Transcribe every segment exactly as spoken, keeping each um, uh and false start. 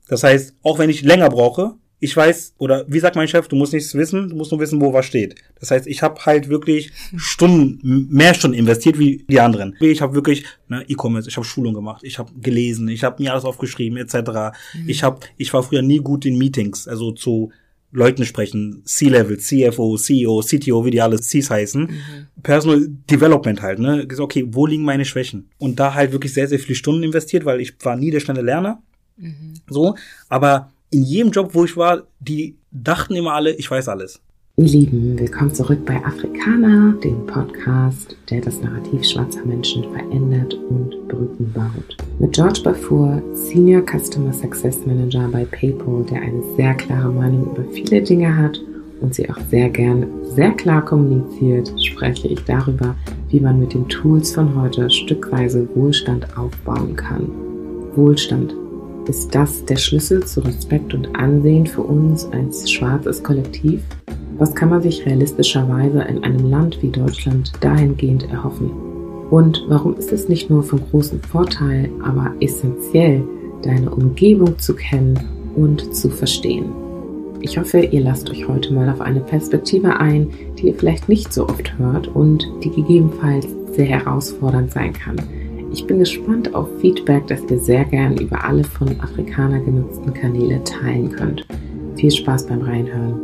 Das heißt, auch wenn ich länger brauche, ich weiß, oder wie sagt mein Chef, du musst nichts wissen, du musst nur wissen, wo was steht. Das heißt, ich habe halt wirklich Stunden, mehr Stunden investiert wie die anderen. Ich habe wirklich ne, E-Commerce, ich habe Schulung gemacht, ich habe gelesen, ich habe mir alles aufgeschrieben, et cetera. Mhm. Ich habe, ich war früher nie gut in Meetings, also zu Leuten sprechen, C-Level, C F O, C E O, C T O, wie die alle Cs heißen. Mhm. Personal Development halt, ne? Okay, wo liegen meine Schwächen? Und da halt wirklich sehr, sehr viele Stunden investiert, weil ich war nie der schnelle Lerner. Mhm. So, aber in jedem Job, wo ich war, die dachten immer alle, ich weiß alles. Ihr Lieben, willkommen zurück bei Afrikaner, dem Podcast, der das Narrativ schwarzer Menschen verändert und Brücken baut. Mit George Bafour, Senior Customer Success Manager bei PayPal, der eine sehr klare Meinung über viele Dinge hat und sie auch sehr gern sehr klar kommuniziert, spreche ich darüber, wie man mit den Tools von heute stückweise Wohlstand aufbauen kann. Wohlstand. Ist das der Schlüssel zu Respekt und Ansehen für uns als schwarzes Kollektiv? Was kann man sich realistischerweise in einem Land wie Deutschland dahingehend erhoffen? Und warum ist es nicht nur von großem Vorteil, aber essentiell, deine Umgebung zu kennen und zu verstehen? Ich hoffe, ihr lasst euch heute mal auf eine Perspektive ein, die ihr vielleicht nicht so oft hört und die gegebenenfalls sehr herausfordernd sein kann. Ich bin gespannt auf Feedback, das ihr sehr gern über alle von Afrikaner genutzten Kanäle teilen könnt. Viel Spaß beim Reinhören.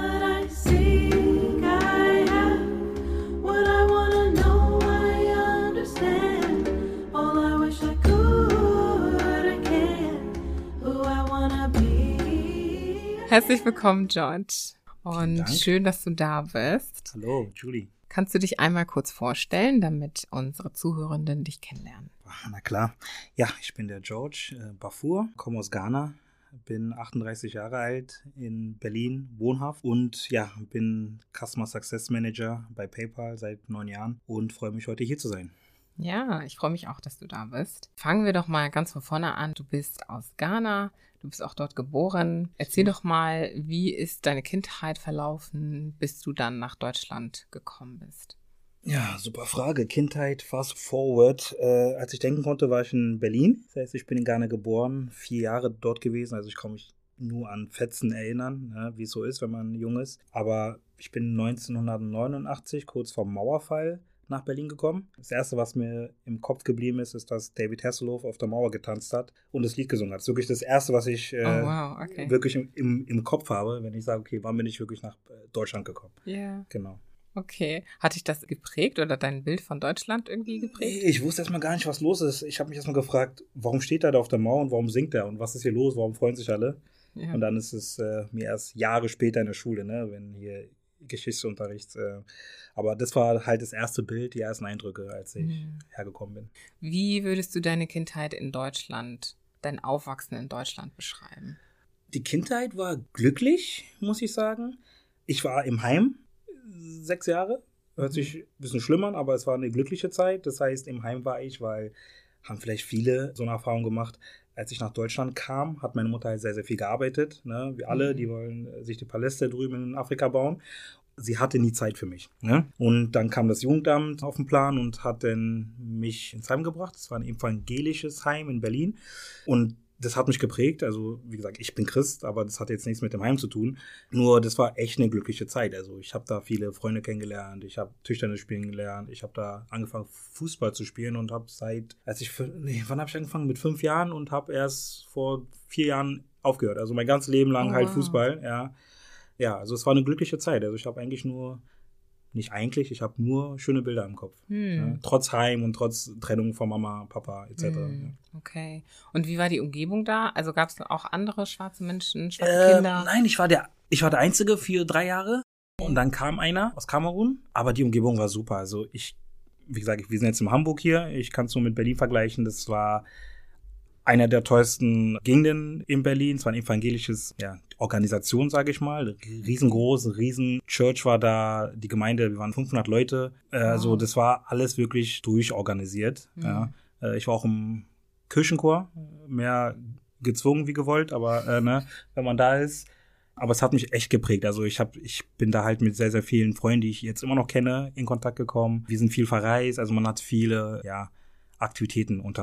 Herzlich willkommen, George. Und schön, dass du da bist. Hallo, Julie. Kannst du dich einmal kurz vorstellen, damit unsere Zuhörenden dich kennenlernen? Na klar. Ja, ich bin der George äh, Bafour, komme aus Ghana, bin achtunddreißig Jahre alt, in Berlin wohnhaft und ja, bin Customer Success Manager bei PayPal seit neun Jahren und freue mich, heute hier zu sein. Ja, ich freue mich auch, dass du da bist. Fangen wir doch mal ganz von vorne an. Du bist aus Ghana, du bist auch dort geboren. Erzähl doch mal, wie ist deine Kindheit verlaufen, bis du dann nach Deutschland gekommen bist? Ja, super Frage. Kindheit, fast forward. Äh, als ich denken konnte, war ich in Berlin. Das heißt, ich bin in Ghana geboren, vier Jahre dort gewesen. Also ich kann mich nur an Fetzen erinnern, ja, wie es so ist, wenn man jung ist. Aber ich bin neunzehnhundertneunundachtzig, kurz vor dem Mauerfall, nach Berlin gekommen. Das Erste, was mir im Kopf geblieben ist, ist, dass David Hasselhoff auf der Mauer getanzt hat und das Lied gesungen hat. Das ist wirklich das Erste, was ich äh, oh, wow, okay. wirklich im, im, im Kopf habe, wenn ich sage, okay, wann bin ich wirklich nach Deutschland gekommen? Ja. Yeah. Genau. Okay. Hat dich das geprägt oder dein Bild von Deutschland irgendwie geprägt? Ich wusste erstmal gar nicht, was los ist. Ich habe mich erstmal gefragt, warum steht er da auf der Mauer und warum singt er und was ist hier los, warum freuen sich alle? Ja. Und dann ist es äh, mir erst Jahre später in der Schule, ne, wenn hier Geschichtsunterricht. Äh, aber das war halt das erste Bild, die ersten Eindrücke, als ich mhm. hergekommen bin. Wie würdest du deine Kindheit in Deutschland, dein Aufwachsen in Deutschland beschreiben? Die Kindheit war glücklich, muss ich sagen. Ich war im Heim sechs Jahre. Hört sich ein bisschen schlimm an, aber es war eine glückliche Zeit. Das heißt, im Heim war ich, weil haben vielleicht viele so eine Erfahrung gemacht. Als ich nach Deutschland kam, hat meine Mutter halt sehr, sehr viel gearbeitet. Ne? Wir alle, die wollen sich die Paläste drüben in Afrika bauen. Sie hatte nie Zeit für mich. Ne? Und dann kam das Jugendamt auf den Plan und hat dann mich ins Heim gebracht. Es war ein evangelisches Heim in Berlin. Und das hat mich geprägt. Also, wie gesagt, ich bin Christ, aber das hat jetzt nichts mit dem Heim zu tun. Nur, das war echt eine glückliche Zeit. Also, ich habe da viele Freunde kennengelernt. Ich habe Tischtennis spielen gelernt. Ich habe da angefangen, Fußball zu spielen und habe seit, als ich, nee, wann habe ich angefangen? Mit fünf Jahren und habe erst vor vier Jahren aufgehört. Also, mein ganzes Leben lang oh, halt Fußball, ja. Ja, also, es war eine glückliche Zeit. Also, ich habe eigentlich nur, nicht eigentlich, ich habe nur schöne Bilder im Kopf. Hm. Ja, trotz Heim und trotz Trennung von Mama, Papa et cetera. Hm. Ja. Okay. Und wie war die Umgebung da? Also gab es auch andere schwarze Menschen, schwarze äh, Kinder? Nein, ich war der, ich war der Einzige für drei Jahre. Und dann kam einer aus Kamerun. Aber die Umgebung war super. Also ich, wie gesagt, wir sind jetzt in Hamburg hier. Ich kann es nur mit Berlin vergleichen. Das war einer der teuersten Gegenden in Berlin. Es war ein evangelisches, ja, Organisation, sage ich mal. Riesengroß, riesen Church war da, die Gemeinde, wir waren fünfhundert Leute. Äh, wow. Also das war alles wirklich durchorganisiert. Mhm. Ja. Äh, ich war auch im Kirchenchor, mehr gezwungen wie gewollt, aber äh, ne, wenn man da ist. Aber es hat mich echt geprägt. Also ich hab, ich bin da halt mit sehr, sehr vielen Freunden, die ich jetzt immer noch kenne, in Kontakt gekommen. Wir sind viel verreist, also man hat viele, ja, Aktivitäten unternommen.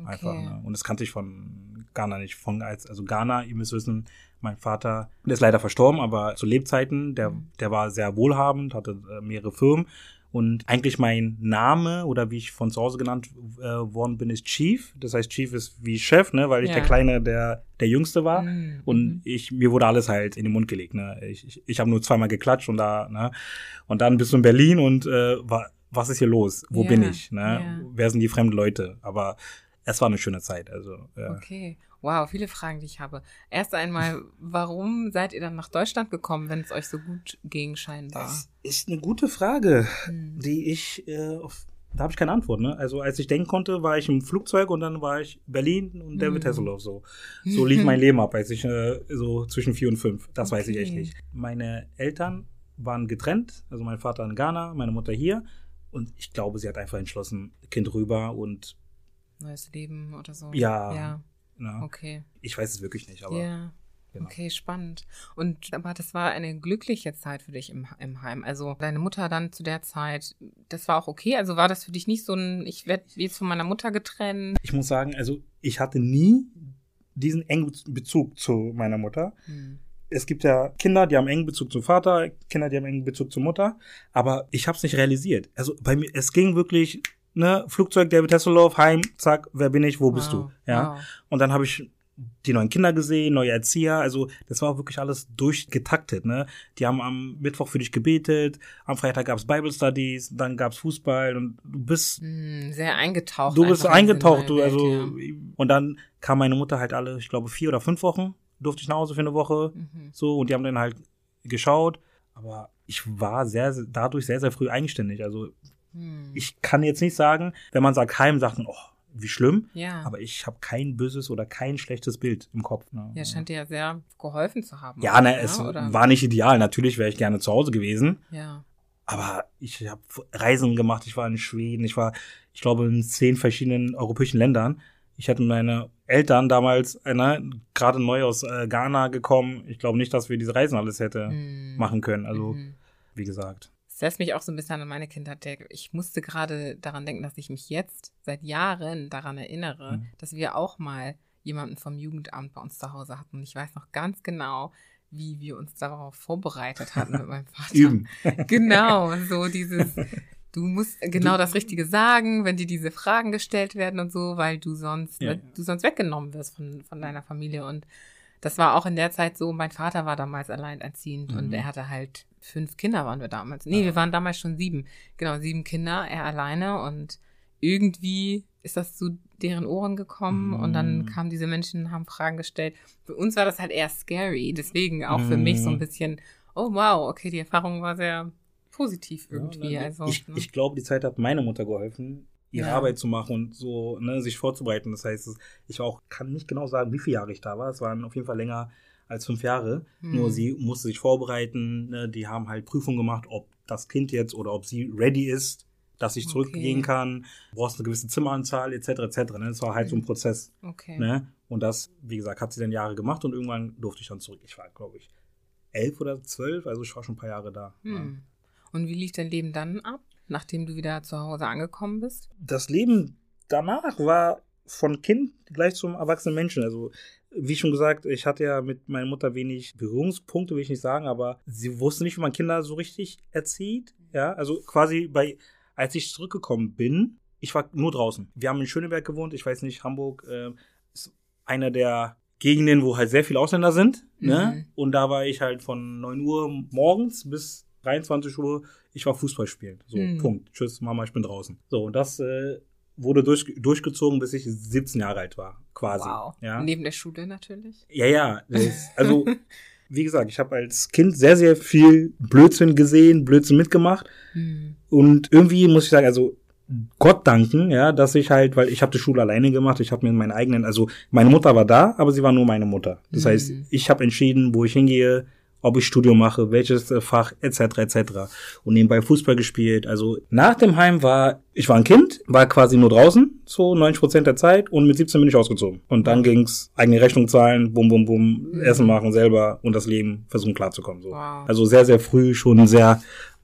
Okay. Einfach, ne? Und das kannte ich von Ghana nicht. Von, als, also Ghana, ihr müsst wissen, mein Vater, der ist leider verstorben, aber zu Lebzeiten, der, Mhm. der war sehr wohlhabend, hatte äh, mehrere Firmen. Und eigentlich mein Name oder wie ich von zu Hause genannt äh, worden bin, ist Chief. Das heißt, Chief ist wie Chef, ne, weil ich Ja. der Kleine, der der Jüngste war. Mhm. Und Mhm. ich mir wurde alles halt in den Mund gelegt. Ne. Ich, ich, ich habe nur zweimal geklatscht und da, ne. Und dann bist du in Berlin und äh, war, was ist hier los? Wo Ja, bin ich? Ne? ja. Wer sind die fremden Leute? Aber es war eine schöne Zeit. Also ja. Okay. Wow, viele Fragen, die ich habe. Erst einmal, warum seid ihr dann nach Deutschland gekommen, wenn es euch so gut ging, scheinbar? Das ist eine gute Frage, Hm. die ich, äh, auf, da habe ich keine Antwort. Ne? Also als ich denken konnte, war ich im Flugzeug und dann war ich Berlin und David Hm. Hasselhoff. So, so lief mein Leben ab, als ich äh, so zwischen vier und fünf. Das weiß ich echt Okay. nicht. Meine Eltern waren getrennt, also mein Vater in Ghana, meine Mutter hier. Und ich glaube, sie hat einfach entschlossen, Kind rüber und Neues Leben oder so? Ja. Ja, na, okay. ich weiß es wirklich nicht, aber Ja, genau. okay, spannend. Und aber das war eine glückliche Zeit für dich im, im Heim. Also deine Mutter dann zu der Zeit, das war auch okay? Also war das für dich nicht so ein, ich werde jetzt von meiner Mutter getrennt? Ich muss sagen, also ich hatte nie diesen engen Bezug zu meiner Mutter. Hm. Es gibt ja Kinder, die haben engen Bezug zum Vater, Kinder, die haben engen Bezug zur Mutter, aber ich habe es nicht realisiert. Also bei mir, es ging wirklich, ne, Flugzeug, David Hasselhoff, Heim, zack, wer bin ich, wo bist Wow, du? Ja. wow. Und dann habe ich die neuen Kinder gesehen, neue Erzieher, also das war wirklich alles durchgetaktet, ne? Die haben am Mittwoch für dich gebetet, am Freitag gab's Bible Studies, dann gab's Fußball und du bist Hm, sehr eingetaucht. Du bist einfach in diese eingetaucht, du, neue also, Welt, ja. und dann kam meine Mutter halt alle, ich glaube, vier oder fünf Wochen, durfte ich nach Hause für eine Woche, Mhm. so, und die haben dann halt geschaut, aber ich war sehr, sehr- dadurch sehr, sehr früh eigenständig, also, Hm. ich kann jetzt nicht sagen, wenn man sagt Heim, sagt man, oh, wie schlimm, Ja. aber ich habe kein böses oder kein schlechtes Bild im Kopf. Ne? Ja, scheint dir ja sehr geholfen zu haben. Ja, ne, oder? es Oder? war nicht ideal, natürlich wäre ich gerne zu Hause gewesen, Ja. aber ich habe Reisen gemacht, ich war in Schweden, ich war, ich glaube, in zehn verschiedenen europäischen Ländern. Ich hatte meine Eltern damals, äh, ne, gerade neu aus äh, Ghana gekommen. Ich glaube nicht, dass wir diese Reisen alles hätte Hm. machen können. Also, Mhm. wie gesagt. Das lässt mich auch so ein bisschen an meine Kindheit denken. Ich musste gerade daran denken, dass ich mich jetzt seit Jahren daran erinnere, Mhm. dass wir auch mal jemanden vom Jugendamt bei uns zu Hause hatten. Und ich weiß noch ganz genau, wie wir uns darauf vorbereitet hatten mit meinem Vater. Üben. Genau, so dieses, du musst genau das Richtige sagen, wenn dir diese Fragen gestellt werden und so, weil du sonst, Ja, weil ja. du sonst weggenommen wirst von, von deiner Familie. Und das war auch in der Zeit so, mein Vater war damals alleinerziehend Mhm. und er hatte halt fünf Kinder waren wir damals. Nee, wir waren damals schon sieben. Genau, sieben Kinder, er alleine und irgendwie ist das zu deren Ohren gekommen Mhm. und dann kamen diese Menschen, haben Fragen gestellt. Für uns war das halt eher scary, deswegen auch für mich so ein Mhm. bisschen, oh wow, okay, die Erfahrung war sehr positiv irgendwie. Ja, also, ich, ne? ich glaube, die Zeit hat meiner Mutter geholfen, ihre Ja. Arbeit zu machen und so, ne, sich vorzubereiten. Das heißt, es- ich war auch, kann nicht genau sagen, wie viele Jahre ich da war. Es waren auf jeden Fall länger als fünf Jahre. Hm. Nur sie musste sich vorbereiten. Ne, die haben halt Prüfungen gemacht, ob das Kind jetzt oder ob sie ready ist, dass ich Okay. zurückgehen kann. Du brauchst eine gewisse Zimmeranzahl et cetera et cetera. Ne? Das war halt so ein Mhm. Prozess. Okay. Ne? Und das, wie gesagt, hat sie dann Jahre gemacht und irgendwann durfte ich dann zurück. Ich war, glaube ich, elf oder zwölf, also ich war schon ein paar Jahre da. Ja. Hm. Und wie lief dein Leben dann ab, nachdem du wieder zu Hause angekommen bist? Das Leben danach war von Kind gleich zum erwachsenen Menschen. Also, wie schon gesagt, ich hatte ja mit meiner Mutter wenig Berührungspunkte, will ich nicht sagen, aber sie wusste nicht, wie man Kinder so richtig erzieht. Ja, also quasi bei, als ich zurückgekommen bin, ich war nur draußen. Wir haben in Schöneberg gewohnt, ich weiß nicht, Hamburg äh, ist einer der Gegenden, wo halt sehr viele Ausländer sind. Mhm. Ne? Und da war ich halt von neun Uhr morgens bis dreiundzwanzig Uhr, ich war Fußball spielen. So, Mhm. Punkt. Tschüss, Mama, ich bin draußen. So, und das äh, wurde durch, durchgezogen, bis ich siebzehn Jahre alt war, quasi. Wow. Ja, Neben der Schule natürlich. ja, ja. Das, also, wie gesagt, ich habe als Kind sehr, sehr viel Blödsinn gesehen, Blödsinn mitgemacht. Hm. Und irgendwie muss ich sagen, also Gott danken, ja, dass ich halt, weil ich habe die Schule alleine gemacht, ich habe mir meinen eigenen, also meine Mutter war da, aber sie war nur meine Mutter. Das Mhm. heißt, ich habe entschieden, wo ich hingehe, ob ich Studium mache, welches äh, Fach, et cetera et cetera. Und nebenbei Fußball gespielt. Also nach dem Heim war, ich war ein Kind, war quasi nur draußen, so neunzig Prozent der Zeit, und mit siebzehn bin ich ausgezogen. Und dann ging's eigene Rechnung zahlen, bum, bum, bum, Mhm. Essen machen selber und das Leben versuchen klarzukommen. So. Wow. Also sehr, sehr früh schon sehr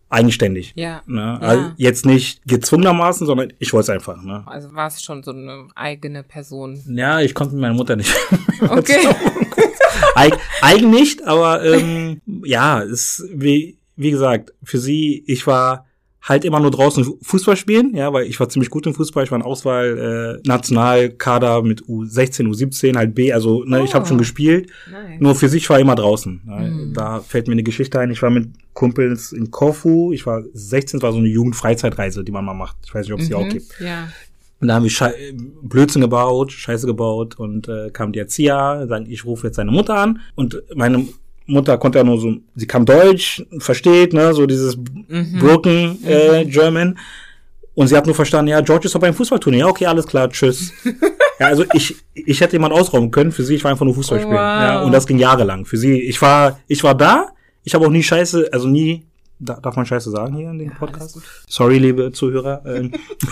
eigenständig. Ja. Ne? Ja. Also jetzt nicht gezwungenermaßen, sondern ich wollte es einfach. Ne? Also war es schon so eine eigene Person. Ja, ich konnte mit meiner Mutter nicht. Okay. Eig, eigen nicht, aber ähm, ja, es wie, wie gesagt, für sie, ich war halt immer nur draußen Fußball spielen, ja, weil ich war ziemlich gut im Fußball. Ich war in Auswahl, äh, Nationalkader mit U sechzehn, U siebzehn, halt B, also ne, Oh. ich habe schon gespielt. Nice. Nur für sich war ich immer draußen. Ja. Mhm. Da fällt mir eine Geschichte ein. Ich war mit Kumpels in Korfu. Ich war sechzehn, das war so eine Jugendfreizeitreise, die man mal macht. Ich weiß nicht, ob es die Mhm. auch gibt. Ja. Und da haben wir Schei- Blödsinn gebaut, Scheiße gebaut und äh, kam die Erzieher, sagen, ich rufe jetzt seine Mutter an. Und meine Mutter konnte ja nur so, sie kann Deutsch, versteht, ne, so dieses Mhm. broken äh, German. Und sie hat nur verstanden, ja, George ist doch beim Fußballturnier. Ja, okay, alles klar, tschüss. Ja, also ich ich hätte jemand ausrauben können. Für sie, ich war einfach nur Fußball spielen. Wow. Ja, und das ging jahrelang. Für sie, ich war ich war da, ich habe auch nie Scheiße, also nie, da, darf man Scheiße sagen hier in dem Ja, Podcast? alles gut. Sorry, liebe Zuhörer. Ähm,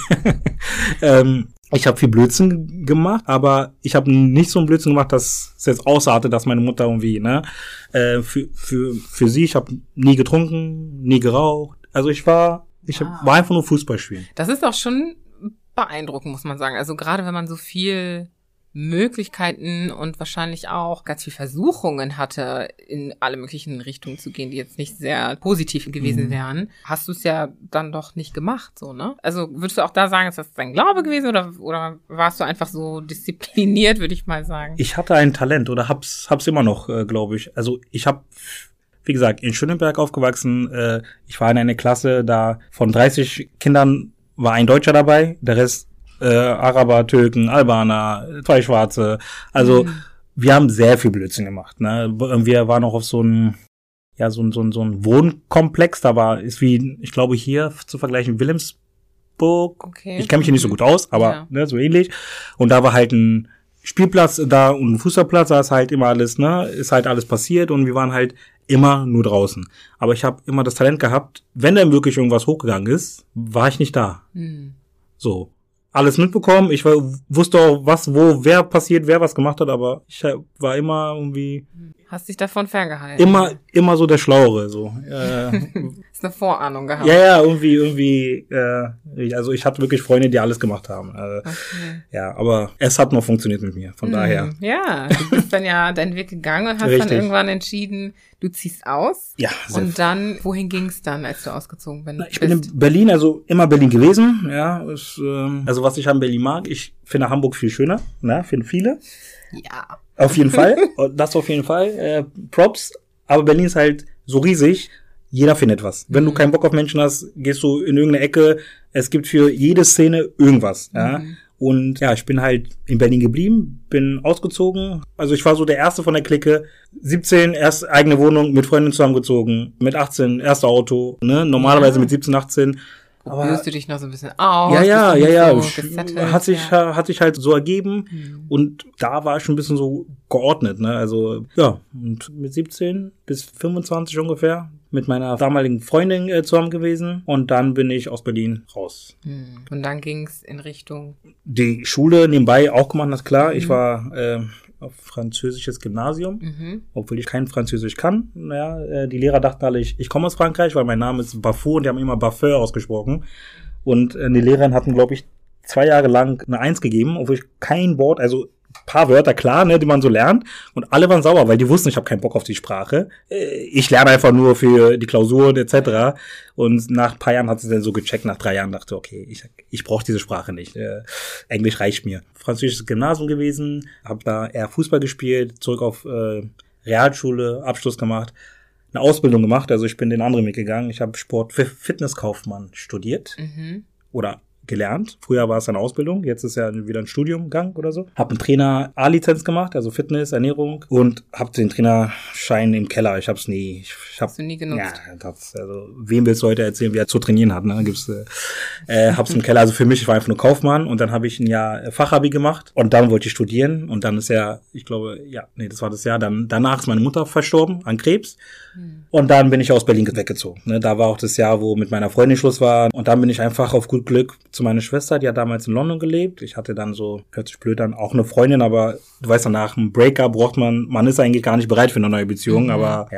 ähm, ich habe viel Blödsinn gemacht, aber ich habe nicht so einen Blödsinn gemacht, dass es jetzt ausartet, dass meine Mutter irgendwie, ne, äh, für für für sie, ich habe nie getrunken, nie geraucht. Also ich war ich hab, Ah. war einfach nur Fußball spielen. Das ist auch schon beeindruckend, muss man sagen. Also gerade wenn man so viel Möglichkeiten und wahrscheinlich auch ganz viel Versuchungen hatte, in alle möglichen Richtungen zu gehen, die jetzt nicht sehr positiv gewesen Mhm. wären, hast du es ja dann doch nicht gemacht, so, ne? Also würdest du auch da sagen, ist das dein Glaube gewesen oder, oder warst du einfach so diszipliniert, würde ich mal sagen? Ich hatte ein Talent oder hab's hab's immer noch, äh, glaube ich. Also ich habe, wie gesagt, in Schöneberg aufgewachsen. Äh, ich war in einer Klasse, da von dreißig Kindern war ein Deutscher dabei, der Rest äh, Araber, Türken, Albaner, zwei Schwarze. Also Mhm. wir haben sehr viel Blödsinn gemacht. Ne? Wir waren auch auf so ein ja so ein so ein so ein Wohnkomplex. Da war ist wie ich glaube hier zu vergleichen Wilhelmsburg. Okay. Ich kenne mich hier nicht so gut aus, aber Ja. ne, so ähnlich. Und da war halt ein Spielplatz da und ein Fußballplatz, da ist halt immer alles, ne, ist halt alles passiert und wir waren halt immer nur draußen. Aber ich habe immer das Talent gehabt, wenn dann wirklich irgendwas hochgegangen ist, war ich nicht da. Mhm. So. Alles mitbekommen, ich war, wusste auch, was, wo, wer passiert, wer was gemacht hat, aber ich war immer irgendwie, Hast dich davon ferngehalten? immer, immer so der Schlauere, so. Äh, Ist eine Vorahnung gehabt. ja, ja, irgendwie, irgendwie, äh, also ich hatte wirklich Freunde, die alles gemacht haben. Äh, Okay. ja, aber es hat noch funktioniert mit mir, von Hm, daher. Ja, du bist dann ja deinen Weg gegangen und hast Richtig. dann irgendwann entschieden, du ziehst aus. Ja, sehr Und dann, wohin ging's dann, als du ausgezogen bist? Na, ich bin in Berlin, also immer Berlin gewesen. Ja, ist, ähm, also was ich an Berlin mag, ich finde Hamburg viel schöner, ne, finden viele. Ja. Auf jeden Fall, das auf jeden Fall. Äh, Props, aber Berlin ist halt so riesig, jeder findet was. Wenn Mhm. du keinen Bock auf Menschen hast, gehst du in irgendeine Ecke. Es gibt für jede Szene irgendwas. Ja. Mhm. Und ja, ich bin halt in Berlin geblieben, bin ausgezogen. Also ich war so der Erste von der Clique. siebzehn, erst eigene Wohnung, mit Freundin zusammengezogen. Mit achtzehn, erste Auto. Ne? Normalerweise Ja. mit siebzehn, achtzehn. Aber Probierst du dich noch so ein bisschen aus? ja, ja, bist du ja, ja. nicht so Ich- gesettelt? Hat sich, ja. hat sich halt so ergeben. Mhm. Und da war ich schon ein bisschen so geordnet, ne? Also, ja. Und mit siebzehn bis fünfundzwanzig ungefähr mit meiner damaligen Freundin äh, zusammen gewesen. Und dann bin ich aus Berlin raus. Mhm. Und dann ging's in Richtung. Die Schule nebenbei auch gemacht, das ist klar. Mhm. Ich war äh, auf französisches Gymnasium, Mhm. obwohl ich kein Französisch kann. Naja, äh, die Lehrer dachten alle, ich, ich komme aus Frankreich, weil mein Name ist Bafour und die haben immer Baffeur ausgesprochen. Und äh, die Lehrer hatten, glaube ich, zwei Jahre lang eine Eins gegeben, obwohl ich kein Wort, also paar Wörter, klar, ne, die man so lernt. Und alle waren sauer, weil die wussten, ich habe keinen Bock auf die Sprache. Äh, Ich lerne einfach nur für die Klausuren et cetera. Und nach ein paar Jahren hat sie dann so gecheckt, nach drei Jahren dachte, okay, ich, ich brauche diese Sprache nicht. Äh, Englisch reicht mir. Französisches Gymnasium gewesen, habe da eher Fußball gespielt, zurück auf äh, Realschule, Abschluss gemacht, eine Ausbildung gemacht. Also ich bin den anderen Weg gegangen. Ich habe Sport Fitnesskaufmann studiert Mhm. oder gelernt. Früher war es eine Ausbildung, jetzt ist ja wieder ein Studiumgang oder so. Hab einen Trainer A-Lizenz gemacht, also Fitness, Ernährung und hab den Trainerschein im Keller. Ich hab's nie, ich, ich hab, Hast du nie genutzt? ja, das, also wem willst du heute erzählen, wie er zu trainieren hat? Ne? Gibt's, äh, äh, hab's im Keller. Also für mich, ich war einfach nur Kaufmann und dann habe ich ein Jahr Fachabi gemacht und dann wollte ich studieren und dann ist ja, ich glaube, ja, nee, das war das Jahr. Dann danach ist meine Mutter verstorben an Krebs. Und dann bin ich aus Berlin weggezogen. Ne, da war auch das Jahr, wo mit meiner Freundin Schluss war. Und dann bin ich einfach auf gut Glück zu meiner Schwester, die hat damals in London gelebt. Ich hatte dann so, hört sich blöd an, auch eine Freundin, aber du weißt ja, nach einem Breakup braucht man, man ist eigentlich gar nicht bereit für eine neue Beziehung, Mhm. aber ja,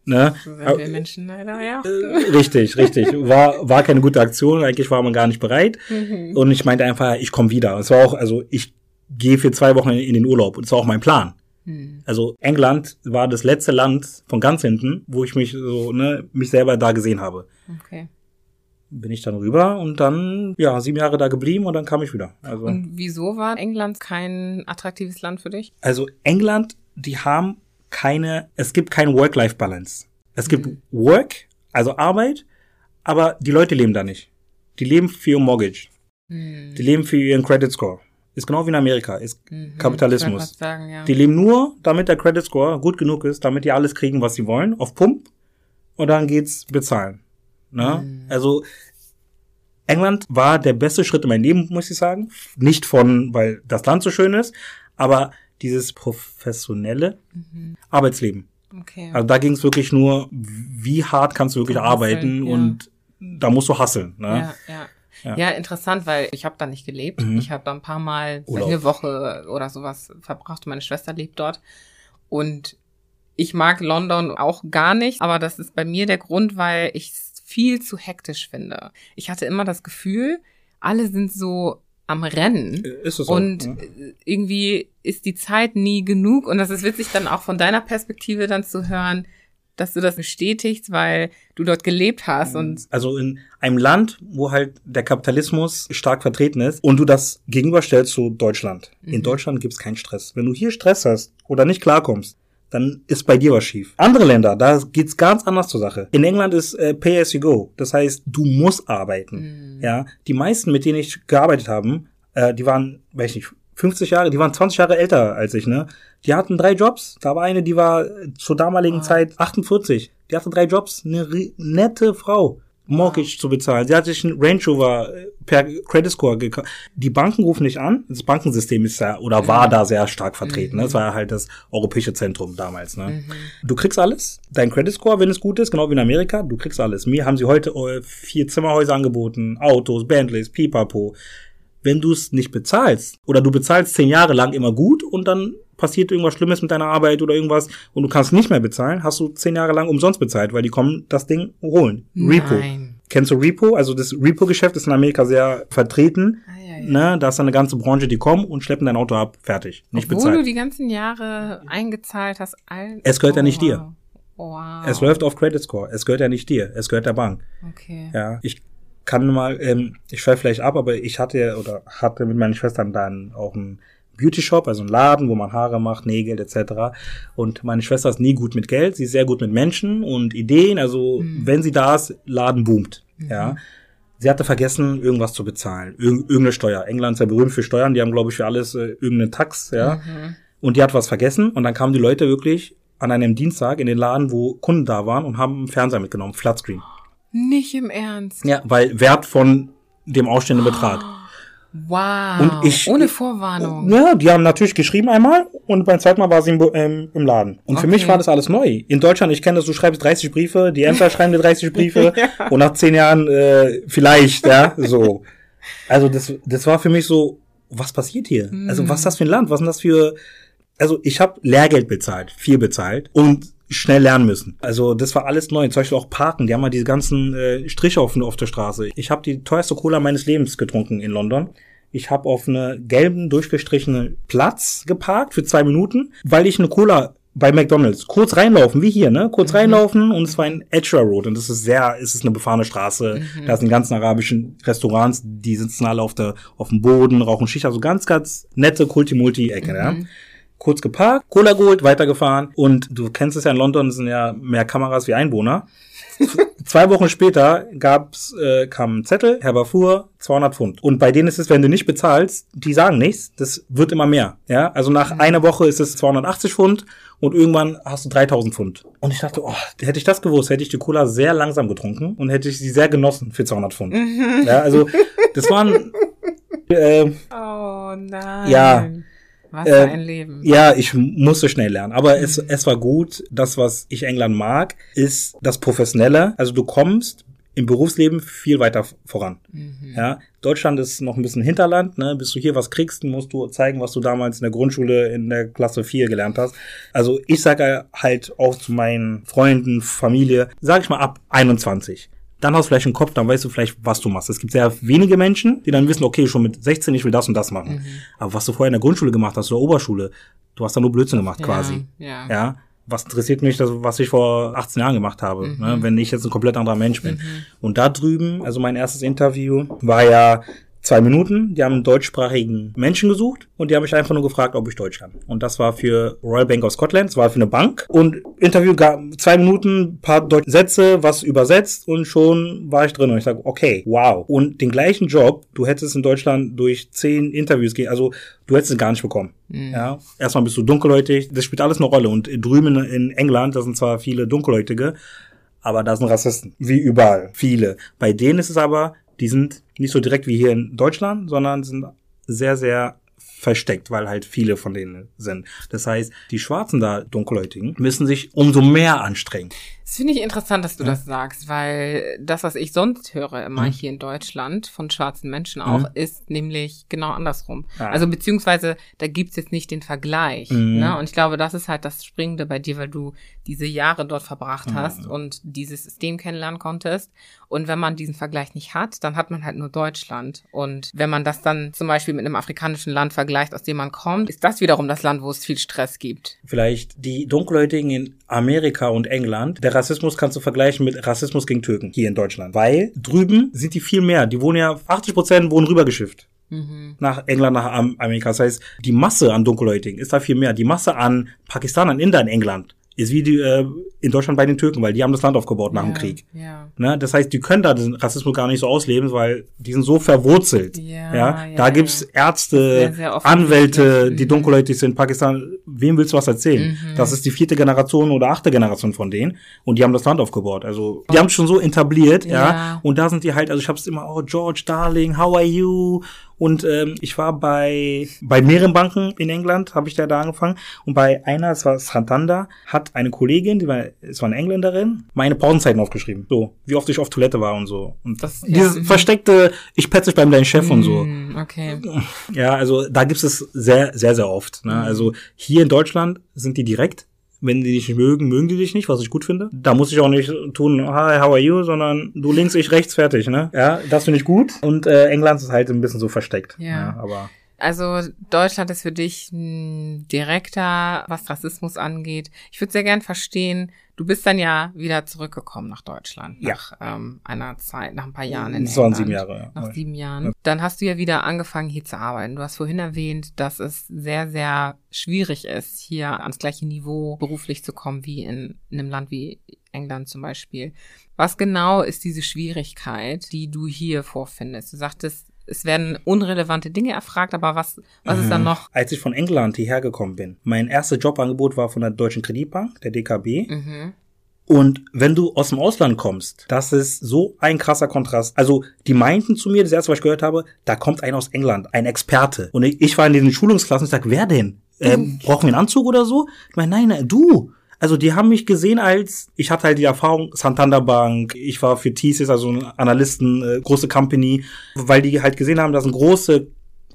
Ne? So sind wir Menschen leider, ja. Äh, richtig, richtig. War, war keine gute Aktion. Eigentlich war man gar nicht bereit. Mhm. Und ich meinte einfach, ich komme wieder. Es war auch, also ich gehe für zwei Wochen in, in den Urlaub. Und das war auch mein Plan. Mhm. Also England war das letzte Land von ganz hinten, wo ich mich so, ne, mich selber da gesehen habe. Okay. Bin ich dann rüber und dann, ja, sieben Jahre da geblieben und dann kam ich wieder. Also, und wieso war England kein attraktives Land für dich? Also England, die haben keine, es gibt keine Work-Life-Balance. Es gibt mhm. Work, also Arbeit, aber die Leute leben da nicht. Die leben für ihr Mortgage. Mhm. Die leben für ihren Credit Score. Ist genau wie in Amerika, ist mhm. Kapitalismus. Sagen, ja. Die leben nur, damit der Credit Score gut genug ist, damit die alles kriegen, was sie wollen, auf Pump und dann geht's bezahlen. Ne? Mhm. Also England war der beste Schritt in meinem Leben, muss ich sagen. Nicht von, weil das Land so schön ist, aber dieses professionelle mhm. Arbeitsleben. Okay. Also da ging es wirklich nur, wie hart kannst du wirklich hustle, arbeiten ja. und da musst du hustlen. Ne? Ja, ja. Ja. ja, interessant, weil ich habe da nicht gelebt. Mhm. Ich habe da ein paar Mal eine Woche oder sowas verbracht und meine Schwester lebt dort. Und ich mag London auch gar nicht, aber das ist bei mir der Grund, weil ich es viel zu hektisch finde. Ich hatte immer das Gefühl, alle sind so am Rennen ist es und auch, ja. irgendwie ist die Zeit nie genug und das ist witzig dann auch von deiner Perspektive dann zu hören, dass du das bestätigst, weil du dort gelebt hast. Und also in einem Land, wo halt der Kapitalismus stark vertreten ist und du das gegenüberstellst zu Deutschland. Mhm. In Deutschland gibt's keinen Stress. Wenn du hier Stress hast oder nicht klarkommst, dann ist bei dir was schief. Andere Länder, da geht's ganz anders zur Sache. In England ist äh, Pay as you go. Das heißt, du musst arbeiten. Mhm. Ja, die meisten, mit denen ich gearbeitet habe, äh, die waren, weiß ich nicht, fünfzig Jahre, die waren zwanzig Jahre älter als ich, ne? Die hatten drei Jobs. Da war eine, die war zur damaligen wow. Zeit achtundvierzig. Die hatte drei Jobs. Eine nette Frau. Mortgage wow. zu bezahlen. Sie hat sich einen Range Rover per Credit Score gekauft. Die Banken rufen nicht an. Das Bankensystem ist ja, oder war da sehr stark vertreten. Mhm. Das war ja halt das europäische Zentrum damals, ne? Mhm. Du kriegst alles. Dein Credit Score, wenn es gut ist, genau wie in Amerika, du kriegst alles. Mir haben sie heute vier Zimmerhäuser angeboten, Autos, Bentleys, Pipapo. Wenn du es nicht bezahlst, oder du bezahlst zehn Jahre lang immer gut und dann passiert irgendwas Schlimmes mit deiner Arbeit oder irgendwas und du kannst nicht mehr bezahlen, hast du zehn Jahre lang umsonst bezahlt, weil die kommen das Ding holen. Repo. Nein. Kennst du Repo? Also das Repo-Geschäft ist in Amerika sehr vertreten. Ah, ja, ja. Ne? Da ist eine ganze Branche, die kommen und schleppen dein Auto ab. Fertig. Nicht Obwohl bezahlt. du die ganzen Jahre eingezahlt hast. All- es gehört oh, ja nicht dir. Wow. Es läuft auf Credit Score. Es gehört ja nicht dir. Es gehört der Bank. Okay. Ja, ich kann mal, ähm, ich schweife vielleicht ab, aber ich hatte oder hatte mit meinen Schwestern dann auch einen Beauty-Shop, also einen Laden, wo man Haare macht, Nägel et cetera. Und meine Schwester ist nie gut mit Geld, sie ist sehr gut mit Menschen und Ideen. Also mhm. wenn sie da ist, Laden boomt. Mhm. Ja, sie hatte vergessen, irgendwas zu bezahlen, Ir- irgendeine Steuer. England ist ja berühmt für Steuern, die haben glaube ich für alles äh, irgendeine Tax. Ja, mhm. und die hat was vergessen und dann kamen die Leute wirklich an einem Dienstag in den Laden, wo Kunden da waren und haben einen Fernseher mitgenommen, Flatscreen. Nicht im Ernst. Ja, weil Wert von dem ausstehenden Betrag. Wow. Und ich, ohne Vorwarnung. Ja, die haben natürlich geschrieben einmal und beim zweiten Mal war sie im, ähm, im Laden. Und okay. für mich war das alles neu. In Deutschland, ich kenne das, du schreibst dreißig Briefe, die Ämter schreiben dir dreißig Briefe ja. und nach zehn Jahren äh, vielleicht, ja, so. Also das, das war für mich so, was passiert hier? Mm. Also was ist das für ein Land? Was ist das für... Also ich habe Lehrgeld bezahlt, viel bezahlt und schnell lernen müssen. Also das war alles neu. Zum Beispiel auch Parken. Die haben mal diese ganzen äh, Striche auf, auf der Straße. Ich habe die teuerste Cola meines Lebens getrunken in London. Ich habe auf eine gelben, durchgestrichene Platz geparkt für zwei Minuten, weil ich eine Cola bei McDonald's kurz reinlaufen, wie hier, ne? Kurz mhm. reinlaufen und es war ein Edgware Road und das ist sehr, es ist eine befahrene Straße. Mhm. Da sind ganzen arabischen Restaurants, die sitzen alle auf der auf dem Boden, rauchen Shisha, also ganz, ganz nette Kulti-Multi-Ecke, mhm. ja? Kurz geparkt, Cola geholt, weitergefahren und du kennst es ja, in London sind ja mehr Kameras wie Einwohner. Zwei Wochen später gab's, äh, kam ein Zettel, Herr Bafour, zweihundert Pfund. Und bei denen ist es, wenn du nicht bezahlst, die sagen nichts, das wird immer mehr. Ja, also nach mhm. einer Woche ist es zweihundertachtzig Pfund und irgendwann hast du dreitausend Pfund. Und ich dachte, oh, hätte ich das gewusst, hätte ich die Cola sehr langsam getrunken und hätte ich sie sehr genossen für zweihundert Pfund. Mhm. Ja, also das waren äh, oh nein. Ja. Was für ein Leben. Ja, ich musste schnell lernen. Aber mhm. es, es war gut. Das, was ich England mag, ist das Professionelle. Also du kommst im Berufsleben viel weiter voran. Mhm. Ja, Deutschland ist noch ein bisschen Hinterland, ne? Bis du hier was kriegst, musst du zeigen, was du damals in der Grundschule in der Klasse vier gelernt hast. Also ich sage halt auch zu meinen Freunden, Familie, sag ich mal ab einundzwanzig. Dann hast du vielleicht einen Kopf, dann weißt du vielleicht, was du machst. Es gibt sehr wenige Menschen, die dann wissen, okay, schon mit sechzehn, ich will das und das machen. Mhm. Aber was du vorher in der Grundschule gemacht hast oder Oberschule, du hast da nur Blödsinn gemacht Ja, quasi. ja. Ja. Was interessiert mich, das, was ich vor achtzehn Jahren gemacht habe, Mhm. ne, wenn ich jetzt ein komplett anderer Mensch bin. Mhm. Und da drüben, also mein erstes Interview war ja zwei Minuten. Die haben einen deutschsprachigen Menschen gesucht und die haben mich einfach nur gefragt, ob ich Deutsch kann. Und das war für Royal Bank of Scotland, das war für eine Bank. Und Interview gab zwei Minuten, paar deutsche Sätze, was übersetzt und schon war ich drin. Und ich sage, okay, wow. Und den gleichen Job, du hättest in Deutschland durch zehn Interviews gehen, also du hättest es gar nicht bekommen. Mhm. Ja, erstmal bist du dunkelhäutig, das spielt alles eine Rolle. Und drüben in England, da sind zwar viele Dunkelhäutige, aber da sind Rassisten, wie überall, viele. Bei denen ist es aber, die sind nicht so direkt wie hier in Deutschland, sondern sind sehr, sehr versteckt, weil halt viele von denen sind. Das heißt, die Schwarzen da, Dunkelhäutigen, müssen sich umso mehr anstrengen. Das finde ich interessant, dass du ja. das sagst, weil das, was ich sonst höre immer mhm. hier in Deutschland von schwarzen Menschen auch, mhm. ist nämlich genau andersrum. Ah. Also beziehungsweise, da gibt's jetzt nicht den Vergleich. Mhm. Ne? Und ich glaube, das ist halt das Springende bei dir, weil du diese Jahre dort verbracht mhm. hast und dieses System kennenlernen konntest. Und wenn man diesen Vergleich nicht hat, dann hat man halt nur Deutschland. Und wenn man das dann zum Beispiel mit einem afrikanischen Land vergleicht, aus dem man kommt, ist das wiederum das Land, wo es viel Stress gibt. Vielleicht die Dunkelhäutigen in Amerika und England, der Rassismus kannst du vergleichen mit Rassismus gegen Türken hier in Deutschland. Weil drüben sind die viel mehr. Die wohnen ja, achtzig Prozent wohnen rübergeschifft. Mhm. Nach England, nach Amerika. Das heißt, die Masse an Dunkelhäutigen ist da viel mehr. Die Masse an Pakistanern, Indern in England ist wie die, äh, in Deutschland bei den Türken, weil die haben das Land aufgebaut nach ja, dem Krieg. Ja. Ne? Das heißt, die können da den Rassismus gar nicht so ausleben, weil die sind so verwurzelt. Ja, ja? ja da ja, gibt's Ärzte, sehr, sehr Anwälte, die mhm. dunkelhäutig sind. Pakistan, wem willst du was erzählen? Mhm. Das ist die vierte Generation oder achte Generation von denen. Und die haben das Land aufgebaut. Also die haben es schon so etabliert. Ja. ja. Und da sind die halt, also ich hab's immer, oh George, Darling, how are you? Und ähm, ich war bei bei mehreren Banken in England, habe ich da da angefangen. Und bei einer, es war Santander, hat eine Kollegin, die war, es war eine Engländerin, meine Pausenzeiten aufgeschrieben. So, wie oft ich auf Toilette war und so. Und das, dieses ja. versteckte, ich petze dich beim deinen Chef mm, und so. Okay. Ja, also da gibt es sehr, sehr, sehr oft. Ne? Mm. Also hier in Deutschland sind die direkt. Wenn die dich mögen, mögen die dich nicht, was ich gut finde. Da muss ich auch nicht tun, hi, how are you, sondern du links, ich rechts, fertig, ne? Ja, das finde ich gut. Und äh, England ist halt ein bisschen so versteckt. Ja. ja aber also Deutschland ist für dich ein direkter, was Rassismus angeht. Ich würde sehr gern verstehen, du bist dann ja wieder zurückgekommen nach Deutschland. Ja. Nach ähm, einer Zeit, nach ein paar Jahren in England. Das waren sieben Jahre, ja. Nach sieben Jahren. Ja. Dann hast du ja wieder angefangen, hier zu arbeiten. Du hast vorhin erwähnt, dass es sehr, sehr schwierig ist, hier ans gleiche Niveau beruflich zu kommen, wie in, in einem Land wie England zum Beispiel. Was genau ist diese Schwierigkeit, die du hier vorfindest? Du sagtest, es werden unrelevante Dinge erfragt, aber was, was ist dann noch? Als ich von England hierher gekommen bin, mein erstes Jobangebot war von der Deutschen Kreditbank, der D K B. Mhm. Und wenn du aus dem Ausland kommst, das ist so ein krasser Kontrast. Also die meinten zu mir, das erste, was ich gehört habe, da kommt einer aus England, ein Experte. Und ich war in diesen Schulungsklassen und sag, wer denn? Äh, mhm. Brauchen wir einen Anzug oder so? Ich meine, nein, nein, du. Also die haben mich gesehen als, ich hatte halt die Erfahrung, Santander Bank, ich war für T C S, also ein Analysten, äh, große Company, weil die halt gesehen haben, das sind große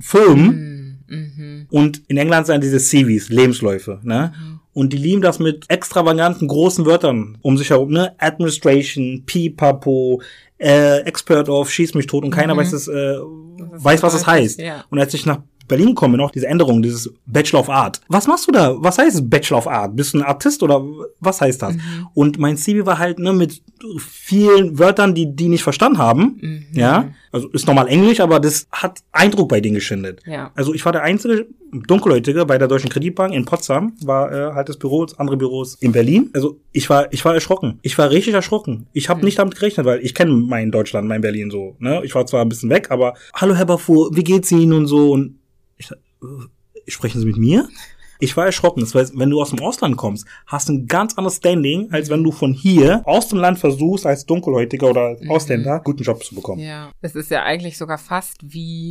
Firmen mhm. und in England sind diese C Vs, Lebensläufe, ne? Mhm. Und die lieben das mit extravaganten, großen Wörtern um sich herum, ne? Administration, Pipapo, äh, Expert of, schieß mich tot und keiner mhm. weiß es, äh, was weiß, was es heißt. Ja. Und als ich nach Berlin kommen noch diese Änderung, dieses Bachelor of Art. Was machst du da? Was heißt es Bachelor of Art? Bist du ein Artist oder was heißt das? Mhm. Und mein C V war halt ne mit vielen Wörtern, die die nicht verstanden haben. Mhm. Ja, also ist normal Englisch, aber das hat Eindruck bei denen geschindet. Ja. Also ich war der einzige Dunkelhäutige bei der Deutschen Kreditbank in Potsdam, war äh, halt das Büro, andere Büros in Berlin. Also ich war ich war erschrocken. Ich war richtig erschrocken. Ich habe mhm. nicht damit gerechnet, weil ich kenne mein Deutschland, mein Berlin so. Ne, ich war zwar ein bisschen weg, aber hallo Herr Bafur, wie geht's Ihnen und so und Ich, sprechen Sie mit mir? Ich war erschrocken. Das heißt, wenn du aus dem Ausland kommst, hast du ein ganz anderes Standing, als wenn du von hier aus dem Land versuchst, als Dunkelhäutiger oder mhm. Ausländer, guten Job zu bekommen. Ja, es ist ja eigentlich sogar fast wie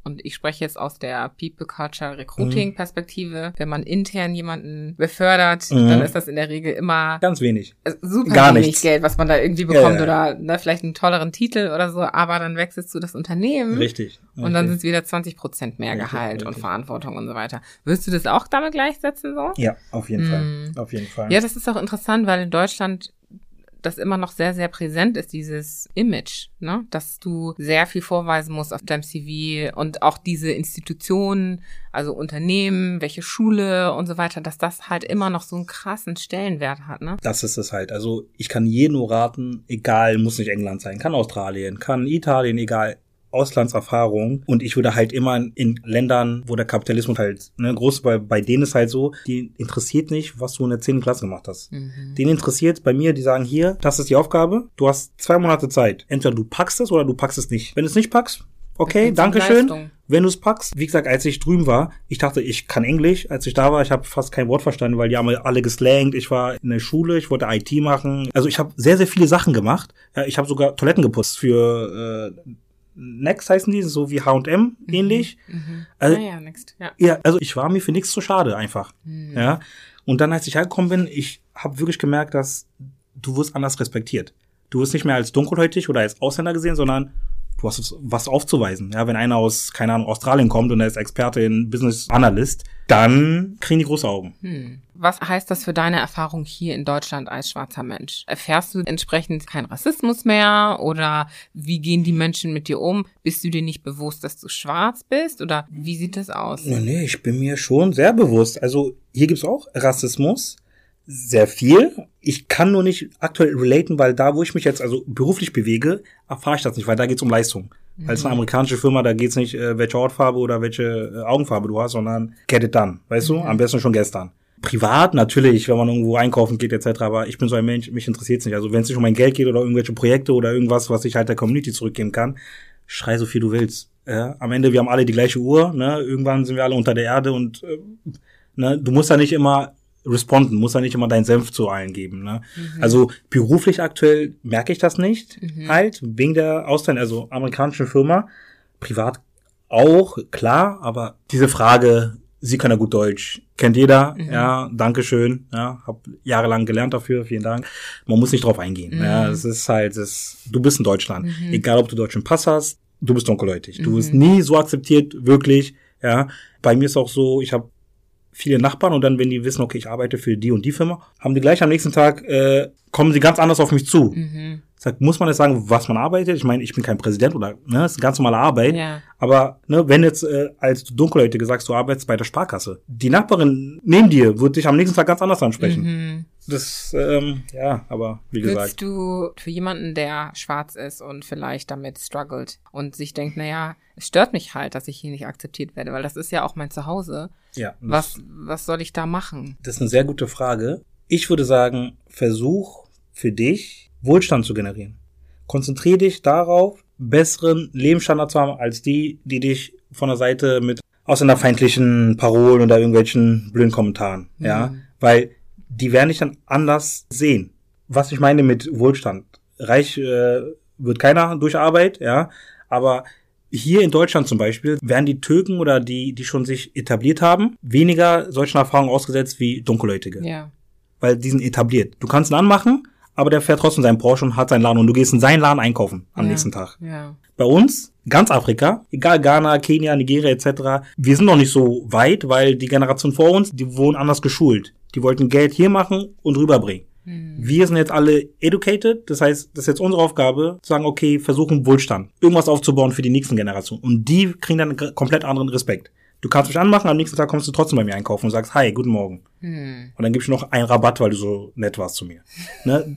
und ich spreche jetzt aus der People Culture Recruiting Perspektive, wenn man intern jemanden befördert, mhm. dann ist das in der Regel immer ganz wenig. Super Gar wenig nichts. Geld, was man da irgendwie bekommt ja, ja. oder ne, vielleicht einen tolleren Titel oder so, aber dann wechselst du das Unternehmen. Richtig. Und richtig. dann sind es wieder zwanzig Prozent mehr richtig, Gehalt richtig. Und Verantwortung und so weiter. Würdest du das auch damit gleichsetzen so? Ja, auf jeden mhm. Fall. Auf jeden Fall. Ja, das ist auch interessant, weil in Deutschland das immer noch sehr, sehr präsent ist, dieses Image, ne? Dass du sehr viel vorweisen musst auf deinem C V und auch diese Institutionen, also Unternehmen, welche Schule und so weiter, dass das halt immer noch so einen krassen Stellenwert hat, ne? Das ist es halt. Also ich kann jedem nur raten, egal, muss nicht England sein, kann Australien, kann Italien, egal, Auslandserfahrung und ich würde halt immer in Ländern, wo der Kapitalismus halt ne, groß, bei, bei denen ist halt so, die interessiert nicht, was du in der zehnten Klasse gemacht hast. Mhm. Denen interessiert bei mir, die sagen hier, das ist die Aufgabe, du hast zwei Monate Zeit. Entweder du packst es oder du packst es nicht. Wenn du es nicht packst, okay, danke schön. Wenn du es packst, wie gesagt, als ich drüben war, ich dachte, ich kann Englisch. Als ich da war, ich habe fast kein Wort verstanden, weil die haben alle geslangt. Ich war in der Schule, ich wollte I T machen. Also ich habe sehr, sehr viele Sachen gemacht. Ja, ich habe sogar Toiletten geputzt für äh, Next heißen die, so wie H und M mhm. ähnlich. Mhm. Also, ah ja, Next, ja. Ja, also ich war mir für nichts zu schade einfach. Mhm. Ja. Und dann, als ich hergekommen bin, ich habe wirklich gemerkt, dass du wirst anders respektiert. Du wirst nicht mehr als dunkelhäutig oder als Ausländer gesehen, sondern du hast was aufzuweisen. Ja, wenn einer aus, keine Ahnung, Australien kommt und er ist Experte in Business Analyst, dann kriegen die große Augen. Hm. Was heißt das für deine Erfahrung hier in Deutschland als schwarzer Mensch? Erfährst du entsprechend keinen Rassismus mehr oder wie gehen die Menschen mit dir um? Bist du dir nicht bewusst, dass du schwarz bist oder wie sieht das aus? Nee, nee, ich bin mir schon sehr bewusst. Also hier gibt's auch Rassismus. Sehr viel. Ich kann nur nicht aktuell relaten, weil da, wo ich mich jetzt also beruflich bewege, erfahre ich das nicht, weil da geht's um Leistung. Mhm. Weil es eine amerikanische Firma, da geht's nicht, äh, welche Hautfarbe oder welche äh, Augenfarbe du hast, sondern get it done, weißt mhm. du? Am besten schon gestern. Privat natürlich, wenn man irgendwo einkaufen geht et cetera. Aber ich bin so ein Mensch, mich interessiert's nicht. Also wenn es nicht um mein Geld geht oder irgendwelche Projekte oder irgendwas, was ich halt der Community zurückgeben kann, schrei so viel du willst. Ja? Am Ende, wir haben alle die gleiche Uhr, ne? Irgendwann sind wir alle unter der Erde und äh, ne? Du musst da nicht immer responden, muss ja nicht immer deinen Senf zu allen geben, ne? Mhm. Also beruflich aktuell merke ich das nicht, mhm. halt, wegen der Ausländer, also amerikanischen Firma, privat auch, klar, aber diese Frage, Sie können ja gut Deutsch, kennt jeder, mhm. ja, Dankeschön, ja, hab jahrelang gelernt dafür, vielen Dank. Man muss nicht drauf eingehen, mhm. ja, es ist halt, es, du bist in Deutschland, mhm. egal ob du deutschen Pass hast, du bist dunkelhäutig, mhm. du wirst nie so akzeptiert, wirklich, ja. Bei mir ist auch so, ich habe viele Nachbarn und dann, wenn die wissen, okay, ich arbeite für die und die Firma, haben die gleich am nächsten Tag, äh, kommen sie ganz anders auf mich zu. Mhm. Sag, muss man jetzt sagen, was man arbeitet? Ich meine, ich bin kein Präsident oder, ne, das ist eine ganz normale Arbeit. Ja. Aber, ne, wenn jetzt, äh, als du Dunkelhäutige sagst, du arbeitest bei der Sparkasse, die Nachbarin neben dir wird dich am nächsten Tag ganz anders ansprechen. Mhm. Das, ähm, ja, aber wie gesagt. Würdest du für jemanden, der schwarz ist und vielleicht damit struggelt und sich denkt, naja, es stört mich halt, dass ich hier nicht akzeptiert werde, weil das ist ja auch mein Zuhause. Ja. Was, was soll ich da machen? Das ist eine sehr gute Frage. Ich würde sagen, versuch für dich Wohlstand zu generieren. Konzentriere dich darauf, besseren Lebensstandard zu haben, als die, die dich von der Seite mit ausländerfeindlichen Parolen oder irgendwelchen blöden Kommentaren, mhm. ja, weil die werden dich dann anders sehen. Was ich meine mit Wohlstand. Reich äh, wird keiner durch Arbeit, ja, aber hier in Deutschland zum Beispiel werden die Türken oder die, die schon sich etabliert haben, weniger solchen Erfahrungen ausgesetzt wie Dunkelhäutige. Ja. Weil die sind etabliert. Du kannst ihn anmachen, aber der fährt trotzdem seinen Porsche und hat seinen Laden und du gehst in seinen Laden einkaufen am ja. nächsten Tag. Ja. Bei uns, ganz Afrika, egal Ghana, Kenia, Nigeria et cetera, wir sind noch nicht so weit, weil die Generation vor uns, die wurden anders geschult. Die wollten Geld hier machen und rüberbringen. Hm. Wir sind jetzt alle educated, das heißt, das ist jetzt unsere Aufgabe, zu sagen, okay, versuchen Wohlstand, irgendwas aufzubauen für die nächsten Generationen. Und die kriegen dann einen komplett anderen Respekt. Du kannst mich anmachen, am nächsten Tag kommst du trotzdem bei mir einkaufen und sagst, hi, guten Morgen. Hm. Und dann gibst du noch einen Rabatt, weil du so nett warst zu mir. Ne?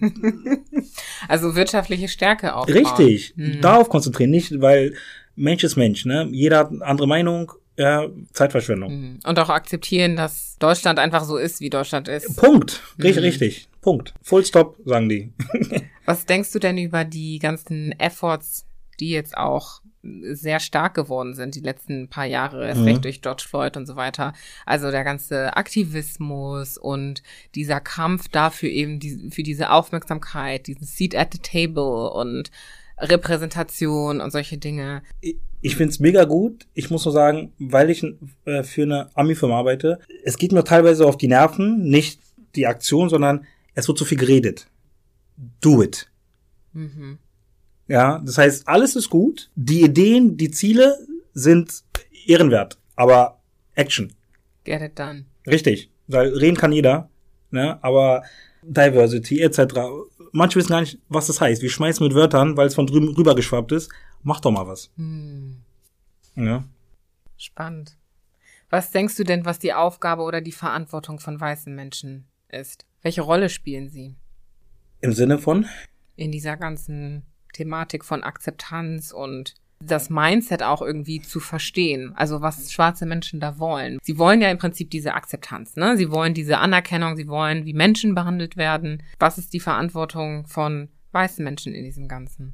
Also wirtschaftliche Stärke auch. Richtig, hm. darauf konzentrieren, nicht, weil Mensch ist Mensch, ne? Jeder hat eine andere Meinung, ja, Zeitverschwendung. Hm. Und auch akzeptieren, dass Deutschland einfach so ist, wie Deutschland ist. Punkt, richtig, hm. richtig, Punkt. Full stop, sagen die. Was denkst du denn über die ganzen Efforts, die jetzt auch sehr stark geworden sind, die letzten paar Jahre, erst recht mhm. durch George Floyd und so weiter. Also der ganze Aktivismus und dieser Kampf dafür eben die, für diese Aufmerksamkeit, diesen Seat at the Table und Repräsentation und solche Dinge. Ich, ich finde es mega gut. Ich muss nur sagen, weil ich äh, für eine Ami-Firma arbeite, es geht mir teilweise auf die Nerven, nicht die Aktion, sondern es wird zu viel geredet. Do it. Mhm. Ja, das heißt, alles ist gut. Die Ideen, die Ziele sind ehrenwert, aber Action. Get it done. Richtig, weil reden kann jeder, ne? Aber Diversity et cetera. Manche wissen gar nicht, was das heißt. Wir schmeißen mit Wörtern, weil es von drüben rübergeschwappt ist. Mach doch mal was. Hm. Ja. Spannend. Was denkst du denn, was die Aufgabe oder die Verantwortung von weißen Menschen ist? Welche Rolle spielen sie? Im Sinne von? In dieser ganzen Thematik von Akzeptanz und das Mindset auch irgendwie zu verstehen. Also was schwarze Menschen da wollen. Sie wollen ja im Prinzip diese Akzeptanz, ne? Sie wollen diese Anerkennung, sie wollen, wie Menschen behandelt werden. Was ist die Verantwortung von weißen Menschen in diesem Ganzen?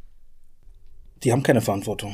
Die haben keine Verantwortung.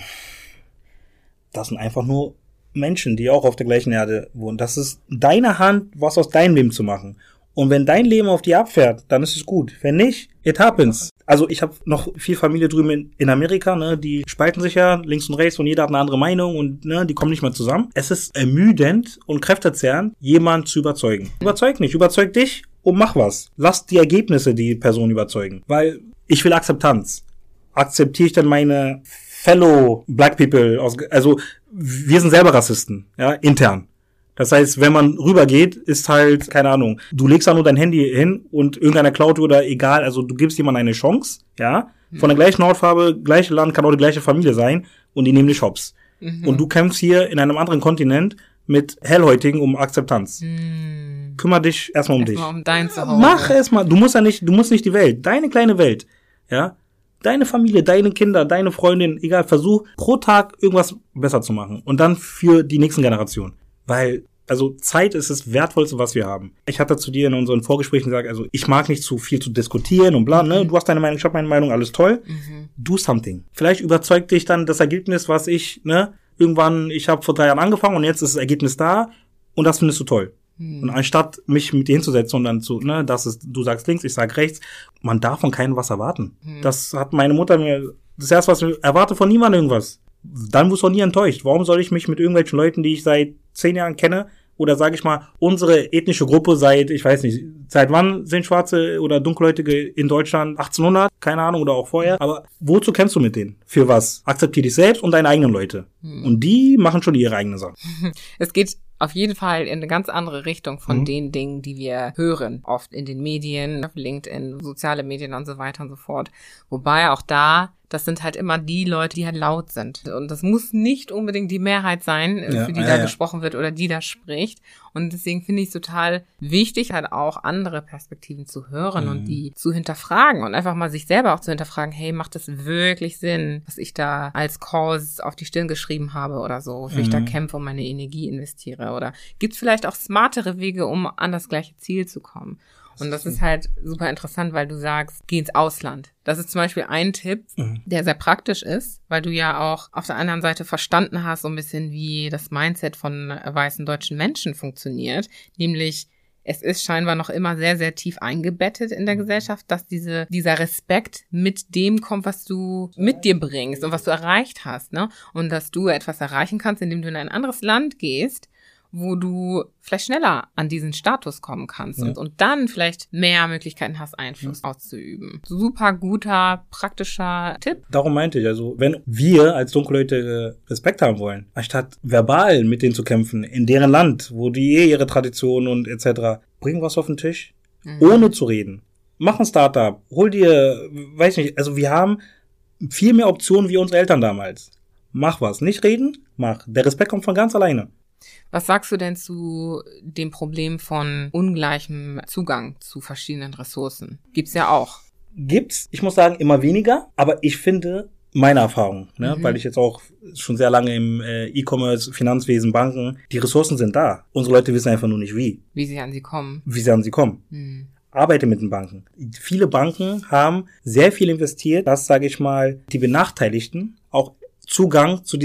Das sind einfach nur Menschen, die auch auf der gleichen Erde wohnen. Das ist deine Hand, was aus deinem Leben zu machen. Und wenn dein Leben auf die abfährt, dann ist es gut. Wenn nicht, it happens. Also ich habe noch viel Familie drüben in, in Amerika, ne, die spalten sich ja links und rechts und jeder hat eine andere Meinung und ne, die kommen nicht mehr zusammen. Es ist ermüdend und kräftezehrend, jemanden zu überzeugen. Überzeug nicht, überzeug dich und mach was. Lass die Ergebnisse die Person überzeugen. Weil ich will Akzeptanz. Akzeptiere ich dann meine fellow Black People aus, also wir sind selber Rassisten, ja, intern. Das heißt, wenn man rübergeht, ist halt, keine Ahnung, du legst da nur dein Handy hin und irgendeiner klaut oder egal, also du gibst jemandem eine Chance, ja, von der gleichen Hautfarbe, gleiche Land, kann auch die gleiche Familie sein und die nehmen dich hops. Mhm. Und du kämpfst hier in einem anderen Kontinent mit Hellhäutigen um Akzeptanz. Mhm. Kümmer dich erstmal um erst dich. Mal um dein Zuhause. Mach erstmal, du musst ja nicht, du musst nicht die Welt, deine kleine Welt, ja. Deine Familie, deine Kinder, deine Freundin, egal, versuch pro Tag irgendwas besser zu machen. Und dann für die nächsten Generationen. Weil, also Zeit ist das Wertvollste, was wir haben. Ich hatte zu dir in unseren Vorgesprächen gesagt, also ich mag nicht zu viel zu diskutieren und bla, ne? Mhm. Du hast deine Meinung, ich habe meine Meinung, alles toll. Mhm. Do something. Vielleicht überzeugt dich dann das Ergebnis, was ich, ne? Irgendwann, ich habe vor drei Jahren angefangen und jetzt ist das Ergebnis da und das findest du toll. Mhm. Und anstatt mich mit dir hinzusetzen und dann zu, ne, das ist, du sagst links, ich sag rechts, man darf von keinem was erwarten. Mhm. Das hat meine Mutter mir, das erste, was ich erwarte von niemandem irgendwas. Dann wirst du auch nie enttäuscht. Warum soll ich mich mit irgendwelchen Leuten, die ich seit zehn Jahren kenne, oder sage ich mal, unsere ethnische Gruppe seit, ich weiß nicht, seit wann sind Schwarze oder Dunkelhäutige in Deutschland? achtzehnhundert? Keine Ahnung, oder auch vorher. Aber wozu kämpfst du mit denen? Für was? Akzeptier dich selbst und deine eigenen Leute. Hm. Und die machen schon ihre eigene Sache. Es geht auf jeden Fall in eine ganz andere Richtung von mhm. den Dingen, die wir hören. Oft in den Medien, auf LinkedIn, soziale Medien und so weiter und so fort. Wobei auch da, das sind halt immer die Leute, die halt laut sind. Und das muss nicht unbedingt die Mehrheit sein, ja, für die ja, da ja. gesprochen wird oder die da spricht. Und deswegen finde ich es total wichtig, halt auch andere Perspektiven zu hören mhm. und die zu hinterfragen und einfach mal sich selber auch zu hinterfragen, hey, macht das wirklich Sinn, was ich da als Cause auf die Stirn geschrieben habe oder so, wofür mhm. ich da kämpfe und meine Energie investiere? Oder gibt es vielleicht auch smartere Wege, um an das gleiche Ziel zu kommen? Und das ist halt super interessant, weil du sagst, geh ins Ausland. Das ist zum Beispiel ein Tipp, mhm. der sehr praktisch ist, weil du ja auch auf der anderen Seite verstanden hast, so ein bisschen, wie das Mindset von weißen deutschen Menschen funktioniert. Nämlich, es ist scheinbar noch immer sehr, sehr tief eingebettet in der Gesellschaft, dass diese dieser Respekt mit dem kommt, was du mit dir bringst und was du erreicht hast, ne? Und dass du etwas erreichen kannst, indem du in ein anderes Land gehst, wo du vielleicht schneller an diesen Status kommen kannst ja. und, und dann vielleicht mehr Möglichkeiten hast, Einfluss ja. auszuüben. Super guter, praktischer Tipp. Darum meinte ich, also wenn wir als Dunkelhäutige Respekt haben wollen, anstatt verbal mit denen zu kämpfen, in deren Land, wo die eh ihre Traditionen und et cetera, bring was auf den Tisch, mhm. ohne zu reden. Mach ein Startup, hol dir, weiß nicht, also wir haben viel mehr Optionen wie unsere Eltern damals. Mach was, nicht reden, mach. Der Respekt kommt von ganz alleine. Was sagst du denn zu dem Problem von ungleichem Zugang zu verschiedenen Ressourcen? Gibt's ja auch. Gibt's, ich muss sagen, immer weniger, aber ich finde, meine Erfahrung, ne, mhm. weil ich jetzt auch schon sehr lange im äh, E-Commerce, Finanzwesen, Banken, die Ressourcen sind da. Unsere Leute wissen einfach nur nicht wie. Wie sie an sie kommen. Wie sie an sie kommen. Mhm. Arbeite mit den Banken. Viele Banken haben sehr viel investiert, dass, sage ich mal, die Benachteiligten auch Zugang zu diesem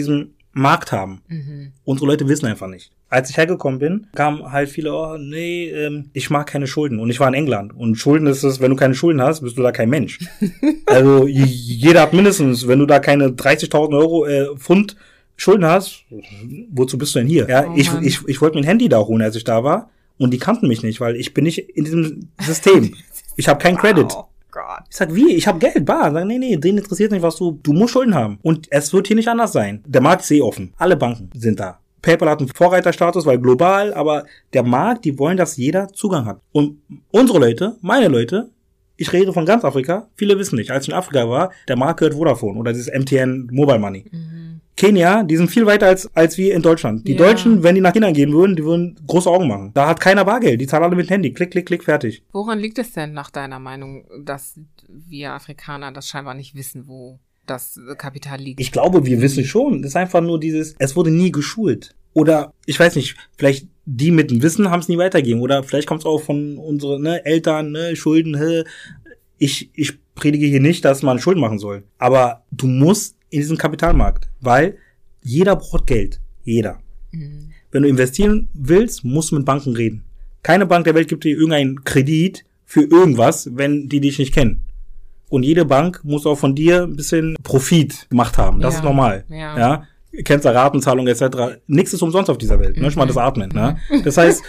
Markt haben. Mhm. Unsere Leute wissen einfach nicht. Als ich hergekommen bin, kamen halt viele, oh nee, ähm, ich mag keine Schulden. Und ich war in England. Und Schulden ist es, wenn du keine Schulden hast, bist du da kein Mensch. Also j- jeder hat mindestens, wenn du da keine dreißigtausend Euro äh, Pfund Schulden hast, wozu bist du denn hier? Ja, Oh ich, Mann. ich, ich wollte mir ein Handy da holen, als ich da war. Und die kannten mich nicht, weil ich bin nicht in diesem System. Ich habe keinen Credit. Oh Gott. Ich sag, wie? Ich habe Geld, bar. Sag, nee, nee, denen interessiert nicht, was du, du musst Schulden haben. Und es wird hier nicht anders sein. Der Markt ist eh offen. Alle Banken sind da. PayPal hat einen Vorreiterstatus, weil global, aber der Markt, die wollen, dass jeder Zugang hat. Und unsere Leute, meine Leute, ich rede von ganz Afrika, viele wissen nicht, als ich in Afrika war, der Markt gehört Vodafone oder dieses M T N Mobile Money. Mhm. Kenia, die sind viel weiter als, als wir in Deutschland. Die Ja. Deutschen, wenn die nach China gehen würden, die würden große Augen machen. Da hat keiner Bargeld, die zahlen alle mit Handy. Klick, klick, klick, fertig. Woran liegt es denn nach deiner Meinung, dass wir Afrikaner das scheinbar nicht wissen, wo das Kapital liegt? Ich glaube, wir wissen schon. Das ist einfach nur dieses, es wurde nie geschult. Oder, ich weiß nicht, vielleicht die mit dem Wissen haben es nie weitergegeben. Oder vielleicht kommt es auch von unseren ne, Eltern, ne, Schulden. Hä. Ich, ich predige hier nicht, dass man Schulden machen soll. Aber du musst in diesen Kapitalmarkt, weil jeder braucht Geld. Jeder. Mhm. Wenn du investieren willst, musst du mit Banken reden. Keine Bank der Welt gibt dir irgendeinen Kredit für irgendwas, wenn die dich nicht kennen. Und jede Bank muss auch von dir ein bisschen Profit gemacht haben. Das Ja. ist normal. Ja. Ja. Kennst du Ratenzahlung et cetera. Nichts ist umsonst auf dieser Welt. Ne? Schon mal das Atmen. Ne? Das heißt,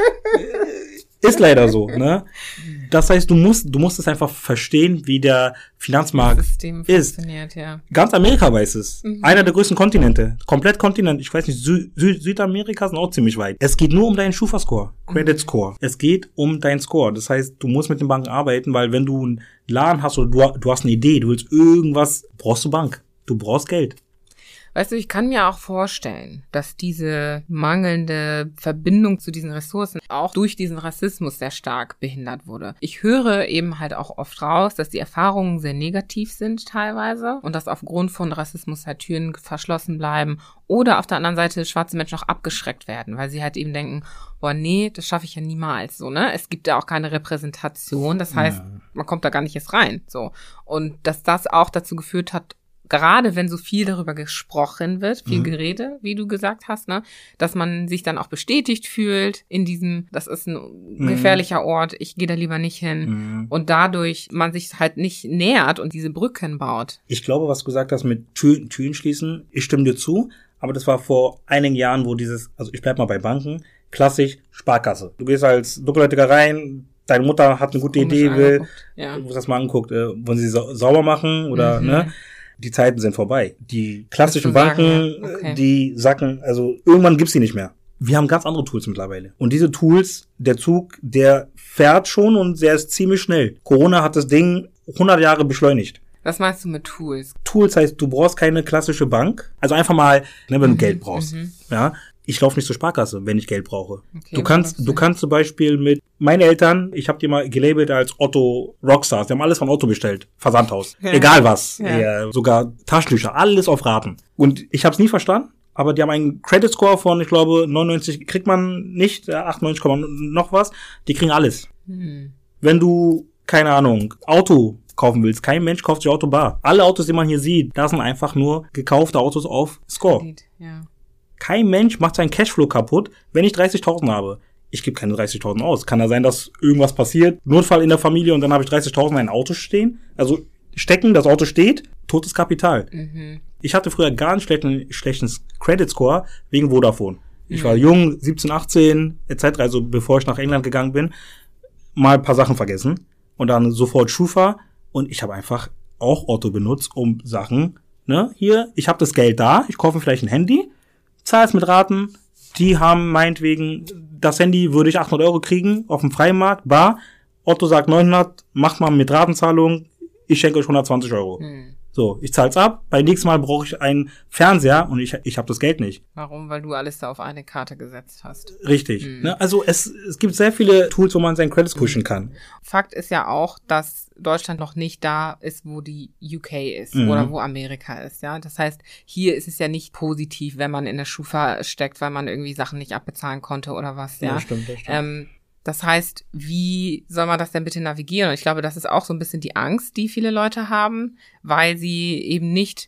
äh, ist leider so. Ne? Das heißt, du musst, du musst es einfach verstehen, wie der Finanzmarkt Das System ist. funktioniert, ja. Ganz Amerika weiß es. Mhm. Einer der größten Kontinente. Komplett Kontinent. Ich weiß nicht, Sü Sü Südamerika sind auch ziemlich weit. Es geht nur um deinen Schufa-Score. Credit Score. Es geht um deinen Score. Das heißt, du musst mit den Banken arbeiten, weil wenn du einen Laden hast oder du, du hast eine Idee, du willst irgendwas, brauchst du Bank. Du brauchst Geld. Weißt du, ich kann mir auch vorstellen, dass diese mangelnde Verbindung zu diesen Ressourcen auch durch diesen Rassismus sehr stark behindert wurde. Ich höre eben halt auch oft raus, dass die Erfahrungen sehr negativ sind teilweise und dass aufgrund von Rassismus halt Türen verschlossen bleiben oder auf der anderen Seite schwarze Menschen auch abgeschreckt werden, weil sie halt eben denken, boah, nee, das schaffe ich ja niemals, so, ne? Es gibt da auch keine Repräsentation, das heißt, Ja. man kommt da gar nicht erst rein, so. Und dass das auch dazu geführt hat, gerade wenn so viel darüber gesprochen wird, viel Mhm. Gerede, wie du gesagt hast, ne, dass man sich dann auch bestätigt fühlt in diesem, das ist ein gefährlicher Ort, ich gehe da lieber nicht hin. Mhm. Und dadurch man sich halt nicht nähert und diese Brücken baut. Ich glaube, was du gesagt hast mit Tür, Türen schließen, ich stimme dir zu, aber das war vor einigen Jahren, wo dieses, also ich bleib mal bei Banken, klassisch Sparkasse. Du gehst als Dunkelhäutiger rein, deine Mutter hat eine gute Komisch Idee, will, angeguckt, ja. du hast das mal angeguckt, äh, wollen sie sau sauber machen oder, Mhm. ne? Die Zeiten sind vorbei. Die klassischen Würdest du Banken, sagen, ja. Okay. äh, die sacken, also irgendwann gibt's die nicht mehr. Wir haben ganz andere Tools mittlerweile. Und diese Tools, der Zug, der fährt schon und der ist ziemlich schnell. Corona hat das Ding hundert Jahre beschleunigt. Was meinst du mit Tools? Tools heißt, du brauchst keine klassische Bank. Also einfach mal, ne, wenn du Geld brauchst. mhm. Ja, ich laufe nicht zur Sparkasse, wenn ich Geld brauche. Okay, du was kannst, machst du kannst zum Beispiel mit meine Eltern, ich habe die mal gelabelt als Otto Rockstars. Die haben alles von Otto bestellt, Versandhaus, Ja. egal was, Ja. äh, sogar Taschentücher, alles auf Raten. Und ich habe es nie verstanden. Aber die haben einen Credit Score von, ich glaube, neunundneunzig kriegt man nicht, äh, achtundneunzig, noch was. Die kriegen alles. Hm. Wenn du, keine Ahnung, Auto kaufen willst, kein Mensch kauft sich Auto bar. Alle Autos, die man hier sieht, das sind einfach nur gekaufte Autos auf Score. Ja. Kein Mensch macht seinen Cashflow kaputt, wenn ich dreißigtausend habe. Ich gebe keine dreißigtausend aus. Kann da sein, dass irgendwas passiert, Notfall in der Familie und dann habe ich dreißigtausend in ein Auto stehen? Also stecken, das Auto steht, totes Kapital. Mhm. Ich hatte früher gar einen schlechten, schlechten Credit Score wegen Vodafone. Ich war jung, siebzehn, achtzehn et cetera, also bevor ich nach England gegangen bin, mal ein paar Sachen vergessen und dann sofort Schufa und ich habe einfach auch Otto benutzt, um Sachen, ne, hier, ich habe das Geld da, ich kaufe vielleicht ein Handy, zahle es mit Raten, die haben meinetwegen, das Handy würde ich achthundert Euro kriegen auf dem freien Markt, bar, Otto sagt neunhundert, macht mal mit Ratenzahlung, ich schenke euch hundertzwanzig Euro. Hm. So, ich zahl's ab, beim nächsten Mal brauche ich einen Fernseher und ich, ich habe das Geld nicht. Warum? Weil du alles da auf eine Karte gesetzt hast. Richtig. Hm. Ne? Also es, es gibt sehr viele Tools, wo man seinen Credits pushen kann. Fakt ist ja auch, dass Deutschland noch nicht da ist, wo die U K ist Mhm. oder wo Amerika ist, ja. Das heißt, hier ist es ja nicht positiv, wenn man in der Schufa steckt, weil man irgendwie Sachen nicht abbezahlen konnte oder was, ja. stimmt, das stimmt. Ähm, das heißt, wie soll man das denn bitte navigieren? Und ich glaube, das ist auch so ein bisschen die Angst, die viele Leute haben, weil sie eben nicht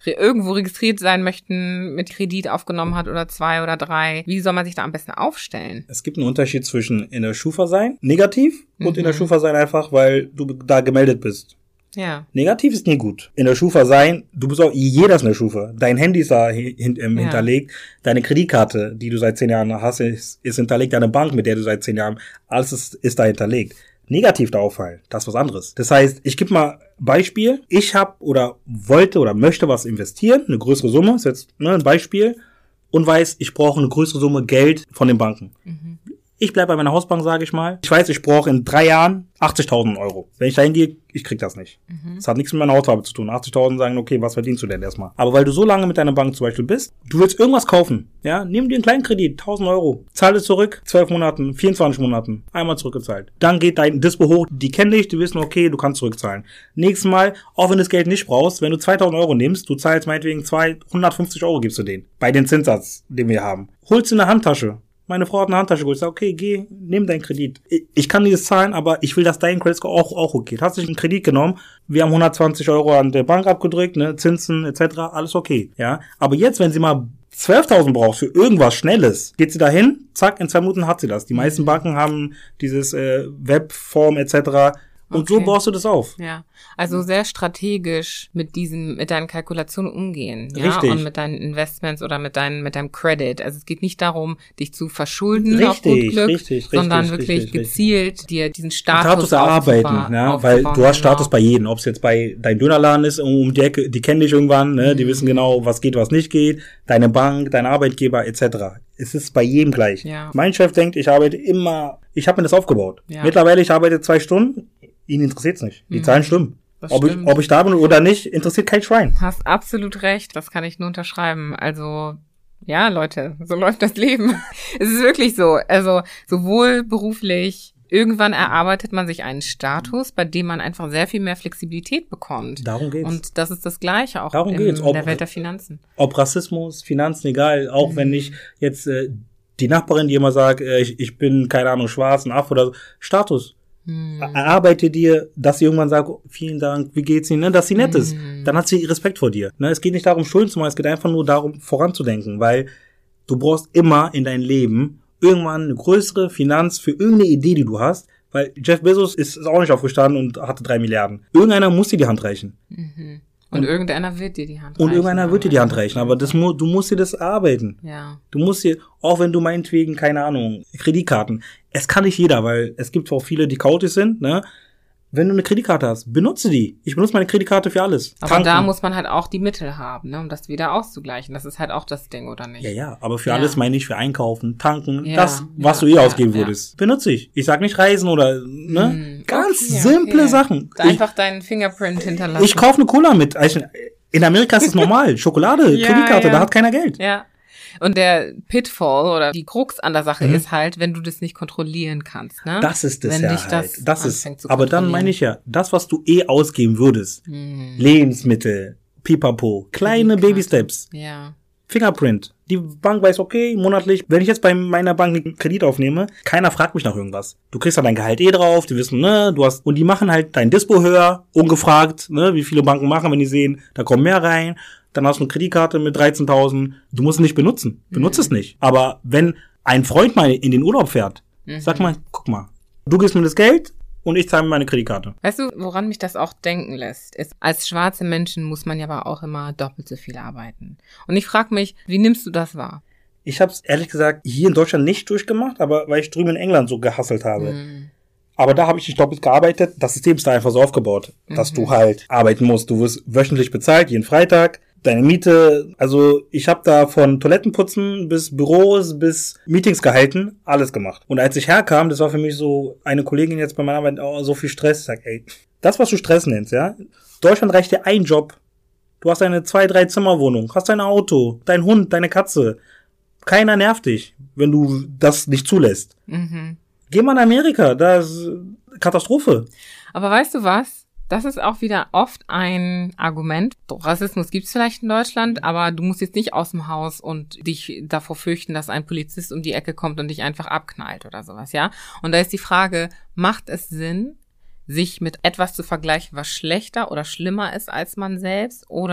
irgendwo registriert sein möchten, mit Kredit aufgenommen hat oder zwei oder drei. Wie soll man sich da am besten aufstellen? Es gibt einen Unterschied zwischen in der Schufa sein, negativ, und Mhm. in der Schufa sein einfach, weil du da gemeldet bist. Ja. Negativ ist nie gut. In der Schufa sein, du bist auch, jeder ist in der Schufa. Dein Handy ist da hin, ähm, Ja. hinterlegt. Deine Kreditkarte, die du seit zehn Jahren hast, ist, ist hinterlegt. Deine Bank, mit der du seit zehn Jahren, alles ist, ist da hinterlegt. Negativ da auffallen, das ist was anderes. Das heißt, ich gebe mal Beispiel. Ich habe oder wollte oder möchte was investieren, eine größere Summe, ist jetzt ne, ein Beispiel, und weiß, ich brauche eine größere Summe Geld von den Banken. Mhm. Ich bleibe bei meiner Hausbank, sage ich mal. Ich weiß, ich brauche in drei Jahren achtzigtausend Euro. Wenn ich da hingehe, ich krieg das nicht. Mhm. Das hat nichts mit meiner Hautfarbe zu tun. achtzigtausend sagen, okay, was verdienst du denn erstmal? Aber weil du so lange mit deiner Bank zum Beispiel bist, du willst irgendwas kaufen, ja, nimm dir einen kleinen Kredit, tausend Euro, zahl es zurück, zwölf Monaten, vierundzwanzig Monaten, einmal zurückgezahlt. Dann geht dein Dispo hoch, die kennen dich, die wissen, okay, du kannst zurückzahlen. Nächstes Mal, auch wenn du das Geld nicht brauchst, wenn du zweitausend Euro nimmst, du zahlst meinetwegen zweihundertfünfzig Euro, gibst du denen, bei den Zinssatz, den wir haben. Holst du eine Handtasche. Meine Frau hat eine Handtasche geholt. Ich sag, okay, geh, nimm deinen Kredit. Ich kann dieses zahlen, aber ich will, dass dein Credit Score auch, auch okay. Hast dich einen Kredit genommen, wir haben hundertzwanzig Euro an der Bank abgedrückt, ne, Zinsen et cetera, alles okay, ja. Aber jetzt, wenn sie mal zwölftausend braucht für irgendwas Schnelles, geht sie dahin, zack, in zwei Minuten hat sie das. Die meisten Banken haben dieses äh, Webform et cetera. Und Okay. so baust du das auf. Ja, also sehr strategisch mit diesen, mit deinen Kalkulationen umgehen, ja, Richtig. und mit deinen Investments oder mit deinem, mit deinem Credit. Also es geht nicht darum, dich zu verschulden Richtig, auf gut Glück, richtig, sondern richtig, wirklich richtig, gezielt dir diesen Status, Status erarbeiten, aufzuba- ja, weil aufzubauen, du hast Status genau. bei jedem, ob es jetzt bei dein Dönerladen ist, um die Ecke, die kennen dich irgendwann, ne, die Mhm. wissen genau, was geht, was nicht geht, deine Bank, dein Arbeitgeber et cetera. Es ist bei jedem gleich. Ja. Mein Chef denkt, ich arbeite immer, ich habe mir das aufgebaut. Ja. Mittlerweile, ich arbeite zwei Stunden, ihn interessiert's nicht. Die Mhm. Zahlen stimmen. Das Ob ich, stimmt. ob ich da bin oder nicht, interessiert kein Schwein. Hast absolut recht, das kann ich nur unterschreiben. Also, ja, Leute, so läuft das Leben. Es ist wirklich so. Also, sowohl beruflich, irgendwann erarbeitet man sich einen Status, bei dem man einfach sehr viel mehr Flexibilität bekommt. Darum geht's. Und das ist das Gleiche auch Darum in geht's. Ob- der Welt der Finanzen. Ob Rassismus, Finanzen, egal, auch Mhm. wenn ich jetzt äh, die Nachbarin, die immer sagt, äh, ich, ich bin, keine Ahnung, schwarz, ein Affe oder so, Status. Hm. Erarbeite dir, dass sie irgendwann sagt, oh, vielen Dank, wie geht's Ihnen, ne, dass sie nett ist. Mhm. Dann hat sie Respekt vor dir. Ne? Es geht nicht darum, Schulden zu machen, es geht einfach nur darum, voranzudenken, weil du brauchst immer in dein Leben irgendwann eine größere Finanz für irgendeine Idee, die du hast, weil Jeff Bezos ist, ist auch nicht aufgestanden und hatte drei Milliarden. Irgendeiner muss dir die Hand reichen. Mhm. Und, und irgendeiner wird dir die Hand Und reichen. irgendeiner wird dir die Hand reichen, aber das mu du musst dir das erarbeiten. Ja. Du musst dir, auch wenn du meinetwegen, keine Ahnung, Kreditkarten, es kann nicht jeder, weil es gibt auch viele, die kautig sind, ne? Wenn du eine Kreditkarte hast, benutze die. Ich benutze meine Kreditkarte für alles. Aber Tanken. da muss man halt auch die Mittel haben, ne, um das wieder auszugleichen. Das ist halt auch das Ding, oder nicht? Ja, ja, aber für Ja. alles meine ich, für Einkaufen, tanken, Ja, das, was ja, du eh ja, ausgeben ja. würdest. Benutze ich. Ich sag nicht reisen oder, ne? Hm, Ganz okay, simple okay. Sachen. Ich, Einfach deinen Fingerprint hinterlassen. ich kaufe eine Cola mit. Also, in Amerika ist es normal. Schokolade, Ja, Kreditkarte, ja. da hat keiner Geld. Ja. Und der Pitfall oder die Krux an der Sache Mhm. ist halt, wenn du das nicht kontrollieren kannst, ne? Das ist das Wenn ja dich halt. das Das ist, anfängt zu aber dann kontrollieren. meine ich ja, das, was du eh ausgeben würdest, Hm. Lebensmittel, Pipapo, kleine Kreditkarte. Baby-Steps, Ja. Fingerprint. Die Bank weiß, okay, monatlich, wenn ich jetzt bei meiner Bank einen Kredit aufnehme, keiner fragt mich nach irgendwas. Du kriegst dann dein Gehalt eh drauf, die wissen, ne, du hast, und die machen halt dein Dispo höher, ungefragt, ne, wie viele Banken machen, wenn die sehen, da kommen mehr rein, dann hast du eine Kreditkarte mit dreizehntausend, du musst es nicht benutzen, benutze es nicht. Aber wenn ein Freund mal in den Urlaub fährt, Mhm. sag mal, guck mal, du gibst mir das Geld und ich zahle mir meine Kreditkarte. Weißt du, woran mich das auch denken lässt, ist, als schwarze Menschen muss man ja aber auch immer doppelt so viel arbeiten. Und ich frage mich, wie nimmst du das wahr? Ich habe es ehrlich gesagt hier in Deutschland nicht durchgemacht, aber weil ich drüben in England so gehasselt habe. Hm. Aber da habe ich nicht doppelt gearbeitet. Das System ist da einfach so aufgebaut, dass Mhm. du halt arbeiten musst. Du wirst wöchentlich bezahlt, jeden Freitag. Deine Miete, also ich habe da von Toilettenputzen bis Büros bis Meetings gehalten, alles gemacht. Und als ich herkam, das war für mich so, eine Kollegin jetzt bei meiner Arbeit, oh, so viel Stress. Ich sag, ey, das, was du Stress nennst, ja, Deutschland reicht dir ein Job. Du hast eine zwei-, drei Zimmerwohnung, hast dein Auto, dein Hund, deine Katze. Keiner nervt dich, wenn du das nicht zulässt. Mhm. Geh mal nach Amerika, da ist Katastrophe. Aber weißt du was? Das ist auch wieder oft ein Argument. Rassismus gibt es vielleicht in Deutschland, aber du musst jetzt nicht aus dem Haus und dich davor fürchten, dass ein Polizist um die Ecke kommt und dich einfach abknallt oder sowas, ja? Und da ist die Frage, macht es Sinn, sich mit etwas zu vergleichen, was schlechter oder schlimmer ist als man selbst? Oder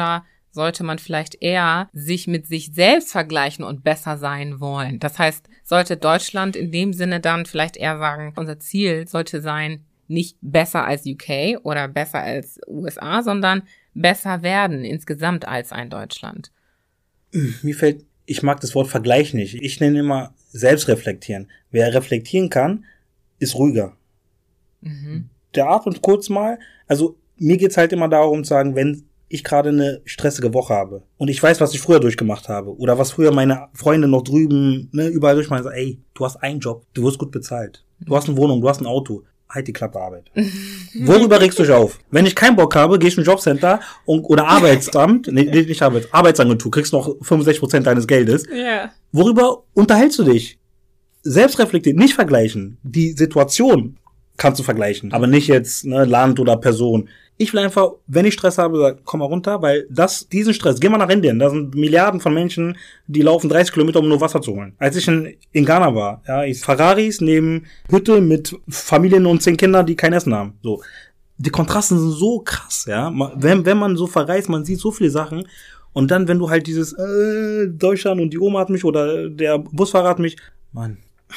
sollte man vielleicht eher sich mit sich selbst vergleichen und besser sein wollen. Das heißt, sollte Deutschland in dem Sinne dann vielleicht eher sagen, unser Ziel sollte sein, nicht besser als U K oder besser als U S A, sondern besser werden insgesamt als ein Deutschland. Mir fällt, ich mag das Wort Vergleich nicht. Ich nenne immer Selbstreflektieren. Wer reflektieren kann, ist ruhiger. Mhm. Der atmet kurz mal. Also mir geht's halt immer darum zu sagen, wenn ich gerade eine stressige Woche habe und ich weiß, was ich früher durchgemacht habe oder was früher meine Freunde noch drüben, ne, überall durchmachen, sagen, ey, du hast einen Job, du wirst gut bezahlt, du hast eine Wohnung, du hast ein Auto, halt die Klappe, Arbeit. Worüber regst du dich auf? Wenn ich keinen Bock habe, gehe ich in ein Jobcenter und, oder Arbeitsamt, nee, nicht Arbeits, Arbeitsagentur, kriegst noch fünfundsechzig Prozent deines Geldes. Yeah. Worüber unterhältst du dich? Selbst reflektieren, nicht vergleichen. Die Situation kannst du vergleichen, aber nicht jetzt ne, Land oder Person. Ich will einfach, wenn ich Stress habe, sagen, komm mal runter, weil das, diesen Stress, geh mal nach Indien, da sind Milliarden von Menschen, die laufen dreißig Kilometer, um nur Wasser zu holen. Als ich in, in Ghana war, ja, ich Ferraris neben Hütte mit Familien und zehn Kindern, die kein Essen haben. So, die Kontraste sind so krass, ja. Wenn, wenn man so verreist, man sieht so viele Sachen und dann, wenn du halt dieses äh, Deutschland und die Oma hat mich oder der Busfahrer hat mich, Mann,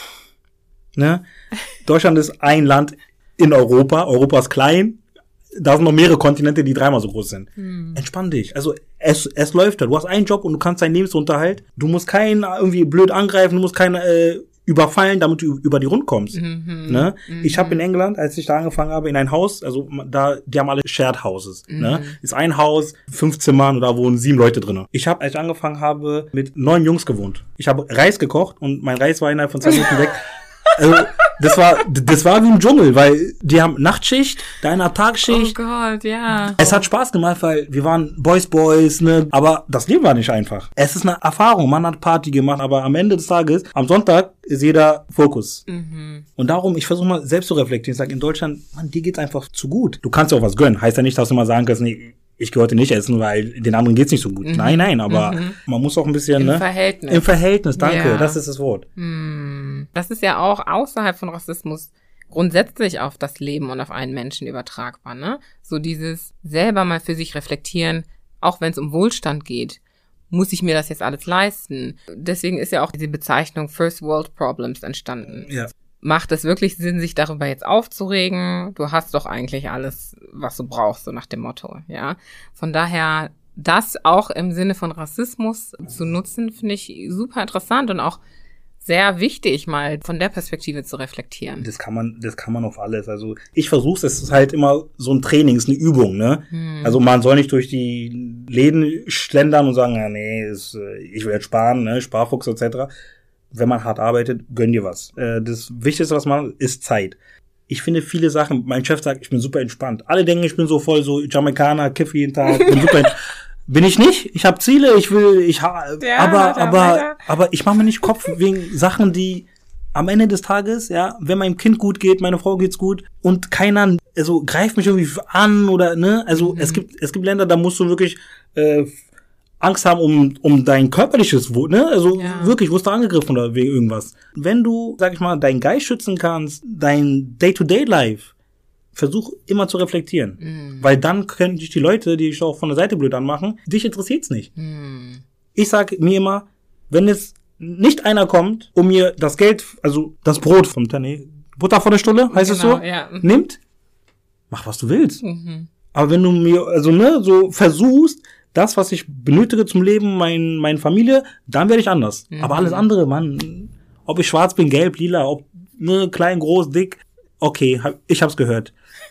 ne? Deutschland ist ein Land in Europa, Europa ist klein. Da sind noch mehrere Kontinente, die dreimal so groß sind. Hm. Entspann dich. Also es es läuft da. Du hast einen Job und du kannst deinen Lebensunterhalt. Du musst keinen irgendwie blöd angreifen, du musst keinen äh, überfallen, damit du über die Rund kommst. Mhm. Ne? Mhm. Ich habe in England, als ich da angefangen habe, in ein Haus, also da, die haben alle Shared Houses. Mhm. Ne? Ist ein Haus, fünf Zimmern und da wohnen sieben Leute drin. Ich habe, als ich angefangen habe, mit neun Jungs gewohnt. Ich habe Reis gekocht und mein Reis war innerhalb von zwei Minuten weg. Also, das war, das war wie im Dschungel, weil die haben Nachtschicht, deiner Tagschicht. Oh Gott, ja. Es hat Spaß gemacht, weil wir waren Boys Boys, ne, aber das Leben war nicht einfach. Es ist eine Erfahrung, man hat Party gemacht, aber am Ende des Tages, am Sonntag ist jeder Fokus. Mhm. Und darum, ich versuche mal selbst zu reflektieren. Ich sage, in Deutschland, Mann, dir geht's einfach zu gut. Du kannst ja auch was gönnen. Heißt ja nicht, dass du mal sagen kannst, nee, ich gehe heute nicht essen, weil den anderen geht's nicht so gut. Mhm. Nein, nein, aber mhm. man muss auch ein bisschen, Im ne? Im Verhältnis. Im Verhältnis, danke, ja. Das ist das Wort. Mhm. Das ist ja auch außerhalb von Rassismus grundsätzlich auf das Leben und auf einen Menschen übertragbar, ne? So dieses selber mal für sich reflektieren, auch wenn es um Wohlstand geht. Muss ich mir das jetzt alles leisten? Deswegen ist ja auch diese Bezeichnung First World Problems entstanden. Ja. Macht es wirklich Sinn, sich darüber jetzt aufzuregen? Du hast doch eigentlich alles, was du brauchst, so nach dem Motto, ja. Von daher, das auch im Sinne von Rassismus zu nutzen, finde ich super interessant und auch sehr wichtig, mal von der Perspektive zu reflektieren. Das kann man, das kann man auf alles. Also ich versuche es, es ist halt immer so ein Training, es ist eine Übung, ne? Hm. Also man soll nicht durch die Läden schlendern und sagen, ja, nee, ist, ich will jetzt sparen, ne, Sparfuchs et cetera. Wenn man hart arbeitet, gönn dir was. Das Wichtigste, was man, ist Zeit. Ich finde viele Sachen, mein Chef sagt, ich bin super entspannt. Alle denken, ich bin so voll so Jamaikaner, kiff jeden Tag, bin super entspannt. Bin ich nicht. Ich habe Ziele, ich will, ich ha- ja, aber, weiter, aber, weiter. aber ich mache mir nicht Kopf wegen Sachen, die am Ende des Tages, ja, wenn meinem Kind gut geht, meine Frau geht's gut und keiner, also greift mich irgendwie an oder, ne, also mhm. es gibt, es gibt Länder, da musst du wirklich, äh, Angst haben um um dein körperliches Wohl, ne? Also ja. wirklich, wirst du angegriffen oder wegen irgendwas. Wenn du, sag ich mal, deinen Geist schützen kannst, dein Day-to-Day-Life, versuch immer zu reflektieren. Mm. Weil dann können dich die Leute, die dich auch von der Seite blöd anmachen, dich interessiert's nicht. Mm. Ich sag mir immer, wenn jetzt nicht einer kommt, um mir das Geld, also das Brot vom nee, Butter vor der Stulle, heißt genau, es so, ja. nimmt, mach was du willst. Mhm. Aber wenn du mir, also ne, so versuchst, das, was ich benötige zum Leben, mein, meine Familie, dann werde ich anders. Mhm. Aber alles andere, Mann, ob ich schwarz bin, gelb, lila, ob ne, klein, groß, dick, okay, hab, ich hab's gehört.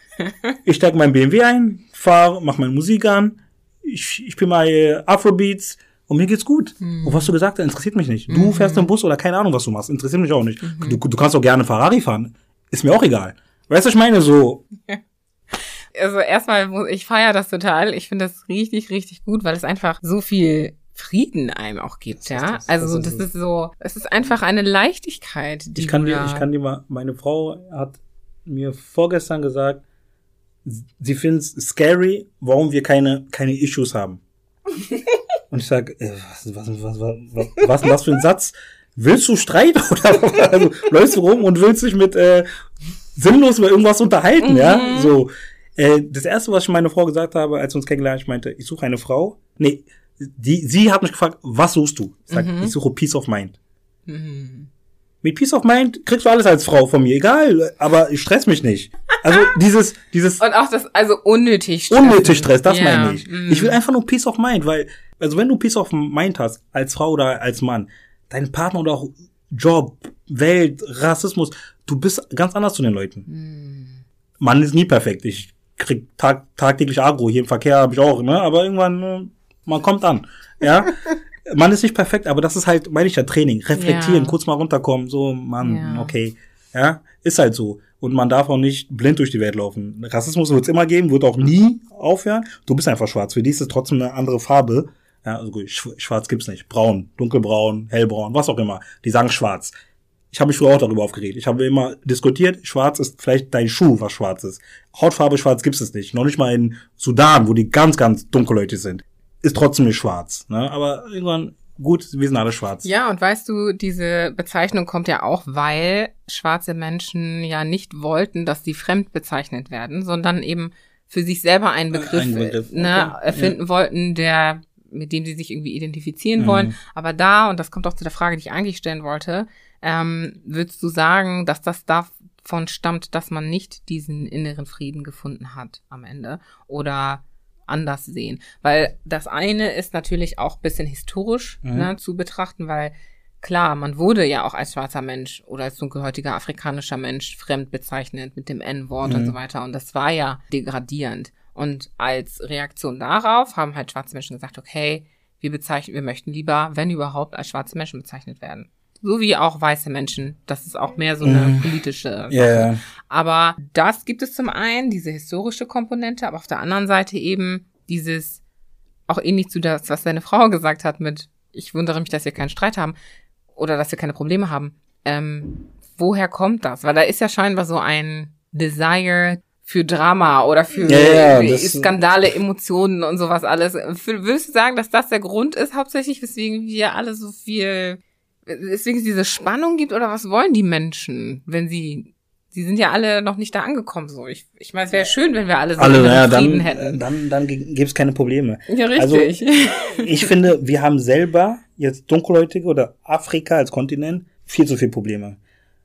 Ich steig mein B M W ein, fahre, mach meine Musik an, ich, ich bin mal äh, Afrobeats und mir geht's gut. Mhm. Und was du gesagt hast, interessiert mich nicht. Du mhm. fährst im Bus oder keine Ahnung, was du machst, interessiert mich auch nicht. Mhm. Du, du kannst auch gerne Ferrari fahren, ist mir auch egal. Weißt du, ich meine, so... Also erstmal, ich feiere das total. Ich finde das richtig, richtig gut, weil es einfach so viel Frieden einem auch gibt, ja. Das, also das ist, das ist so, es ist einfach eine Leichtigkeit. Die ich kann dir, ich kann dir mal, meine Frau hat mir vorgestern gesagt, sie findet es scary, warum wir keine keine Issues haben. Und ich sag, äh, was, was, was, was, was, was denn das für ein Satz? Willst du Streit oder also, läufst du rum und willst dich mit äh, sinnlos über irgendwas unterhalten, mhm. ja? So. Äh, das erste, was ich meiner Frau gesagt habe, als wir uns kennengelernt haben, ich meinte, ich suche eine Frau. Nee, die, sie hat mich gefragt, was suchst du? Ich sag, mhm. ich suche Peace of Mind. Mhm. Mit Peace of Mind kriegst du alles als Frau von mir, egal, aber ich stress mich nicht. Also dieses, dieses. Und auch das, also unnötig Stress. Unnötig Stress, das ja. meine ich. Mm. Ich will einfach nur Peace of Mind, weil, also wenn du Peace of Mind hast, als Frau oder als Mann, dein Partner oder auch Job, Welt, Rassismus, du bist ganz anders zu den Leuten. Mm. Mann ist nie perfekt. Ich krieg tag, tagtäglich Agro, hier im Verkehr habe ich auch, ne, aber irgendwann, man kommt an, ja. Man ist nicht perfekt, aber das ist halt, meine ich ja, Training. Reflektieren, ja. kurz mal runterkommen, so, Mann, ja. okay. Ja, ist halt so. Und man darf auch nicht blind durch die Welt laufen. Rassismus wird es immer geben, wird auch nie aufhören. Du bist einfach schwarz. Für die ist es trotzdem eine andere Farbe. Ja, also gut, schwarz gibt's nicht. Braun, dunkelbraun, hellbraun, was auch immer. Die sagen schwarz. Ich habe mich früher auch darüber aufgeregt. Ich habe immer diskutiert, schwarz ist vielleicht dein Schuh, was schwarz ist. Hautfarbe schwarz gibt's es nicht. Noch nicht mal in Sudan, wo die ganz, ganz dunkel Leute sind. Ist trotzdem nicht schwarz, ne? Aber irgendwann, gut, wir sind alle schwarz. Ja, und weißt du, diese Bezeichnung kommt ja auch, weil schwarze Menschen ja nicht wollten, dass sie fremd bezeichnet werden, sondern eben für sich selber einen Begriff, Ein Begriff. Ne, okay. erfinden ja. wollten, der, mit dem sie sich irgendwie identifizieren mhm. wollen. Aber da, und das kommt auch zu der Frage, die ich eigentlich stellen wollte, ähm, würdest du sagen, dass das davon stammt, dass man nicht diesen inneren Frieden gefunden hat am Ende? Oder anders sehen, weil das eine ist natürlich auch ein bisschen historisch mhm. ne, zu betrachten, weil klar, man wurde ja auch als schwarzer Mensch oder als dunkelhäutiger afrikanischer Mensch fremd bezeichnet mit dem En-Wort mhm. und so weiter und das war ja degradierend und als Reaktion darauf haben halt schwarze Menschen gesagt, okay, wir bezeichnen, wir möchten lieber, wenn überhaupt, als schwarze Menschen bezeichnet werden. So wie auch weiße Menschen. Das ist auch mehr so eine mm. politische Sache. Yeah. Aber das gibt es zum einen, diese historische Komponente, aber auf der anderen Seite eben dieses, auch ähnlich zu das, was deine Frau gesagt hat mit, ich wundere mich, dass wir keinen Streit haben oder dass wir keine Probleme haben. Ähm, woher kommt das? Weil da ist ja scheinbar so ein Desire für Drama oder für ja, ja, Skandale, Emotionen und sowas alles. Würdest du sagen, dass das der Grund ist, hauptsächlich, weswegen wir alle so viel... Deswegen es diese Spannung gibt oder was wollen die Menschen, wenn sie, sie sind ja alle noch nicht da angekommen so. Ich, ich meine, es wäre schön, wenn wir alle so alle, ja, Frieden dann, hätten. Dann, dann gibt's keine Probleme. Ja, richtig. Also, ich finde, wir haben selber jetzt Dunkelhäutige oder Afrika als Kontinent viel zu viele Probleme.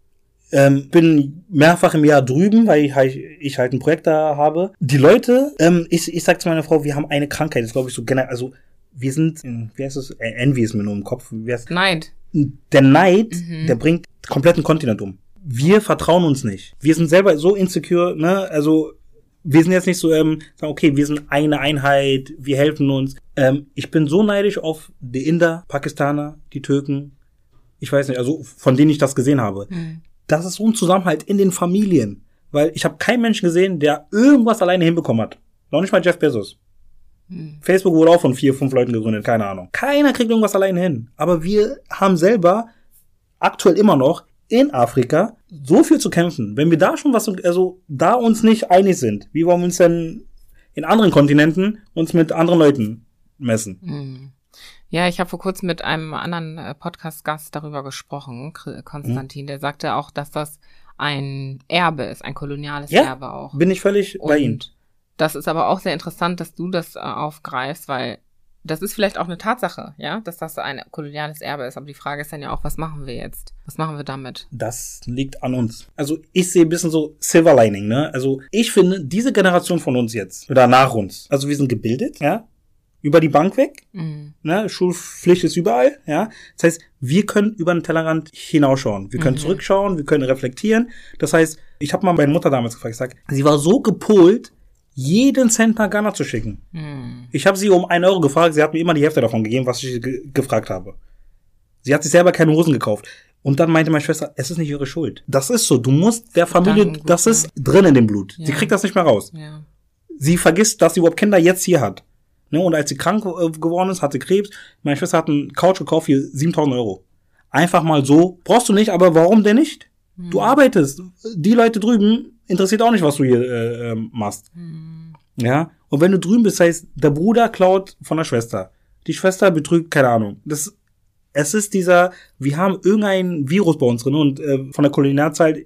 Ähm, bin mehrfach im Jahr drüben, weil ich, ich halt ein Projekt da habe. Die Leute, ähm, ich, ich sag zu meiner Frau, wir haben eine Krankheit, das glaube ich so generell, also wir sind, wie heißt das? Envy ist mir nur im Kopf. Wie heißt Neid. Der Neid, mhm. der bringt den kompletten Kontinent um. Wir vertrauen uns nicht. Wir sind selber so insecure, ne, also wir sind jetzt nicht so, ähm, sagen, okay, wir sind eine Einheit, wir helfen uns. Ähm, ich bin so neidisch auf die Inder, Pakistaner, die Türken, ich weiß nicht, also von denen ich das gesehen habe. Mhm. Das ist so ein Zusammenhalt in den Familien, weil ich habe keinen Menschen gesehen, der irgendwas alleine hinbekommen hat. Noch nicht mal Jeff Bezos. Facebook wurde auch von vier, fünf Leuten gegründet, keine Ahnung. Keiner kriegt irgendwas alleine hin. Aber wir haben selber aktuell immer noch in Afrika so viel zu kämpfen. Wenn wir da schon was, also da uns nicht einig sind, wie wollen wir uns denn in anderen Kontinenten uns mit anderen Leuten messen? Ja, ich habe vor kurzem mit einem anderen Podcast-Gast darüber gesprochen, Konstantin, mhm. der sagte auch, dass das ein Erbe ist, ein koloniales ja, Erbe auch. Bin ich völlig Und bei Ihnen. Das ist aber auch sehr interessant, dass du das äh, aufgreifst, weil das ist vielleicht auch eine Tatsache, ja, dass das ein koloniales Erbe ist. Aber die Frage ist dann ja auch, was machen wir jetzt? Was machen wir damit? Das liegt an uns. Also ich sehe ein bisschen so Silver Lining, ne? Also ich finde, diese Generation von uns jetzt, oder nach uns, also wir sind gebildet, ja, über die Bank weg, mhm. ne? Schulpflicht ist überall, ja. Das heißt, wir können über den Tellerrand hinausschauen. Wir können mhm. zurückschauen, wir können reflektieren. Das heißt, ich habe mal meine Mutter damals gefragt, ich sag, sie war so gepolt, jeden Cent nach Ghana zu schicken. Hm. Ich habe sie um einen Euro gefragt, sie hat mir immer die Hälfte davon gegeben, was ich ge- gefragt habe. Sie hat sich selber keine Hosen gekauft. Und dann meinte meine Schwester, es ist nicht ihre Schuld. Das ist so, du musst der Familie, Danke, das gut, ist ja. drin in dem Blut. Ja. Sie kriegt das nicht mehr raus. Ja. Sie vergisst, dass sie überhaupt Kinder jetzt hier hat. Ne? Und als sie krank äh, geworden ist, hatte Krebs, meine Schwester hat einen Couch gekauft für siebentausend Euro. Einfach mal so, brauchst du nicht, aber warum denn nicht? Hm. Du arbeitest. Die Leute drüben interessiert auch nicht, was du hier äh, äh, machst. Hm. Ja, und wenn du drüben bist, heißt, der Bruder klaut von der Schwester. Die Schwester betrügt, keine Ahnung. Das, es ist dieser, wir haben irgendein Virus bei uns drin und äh, von der Kolonialzeit,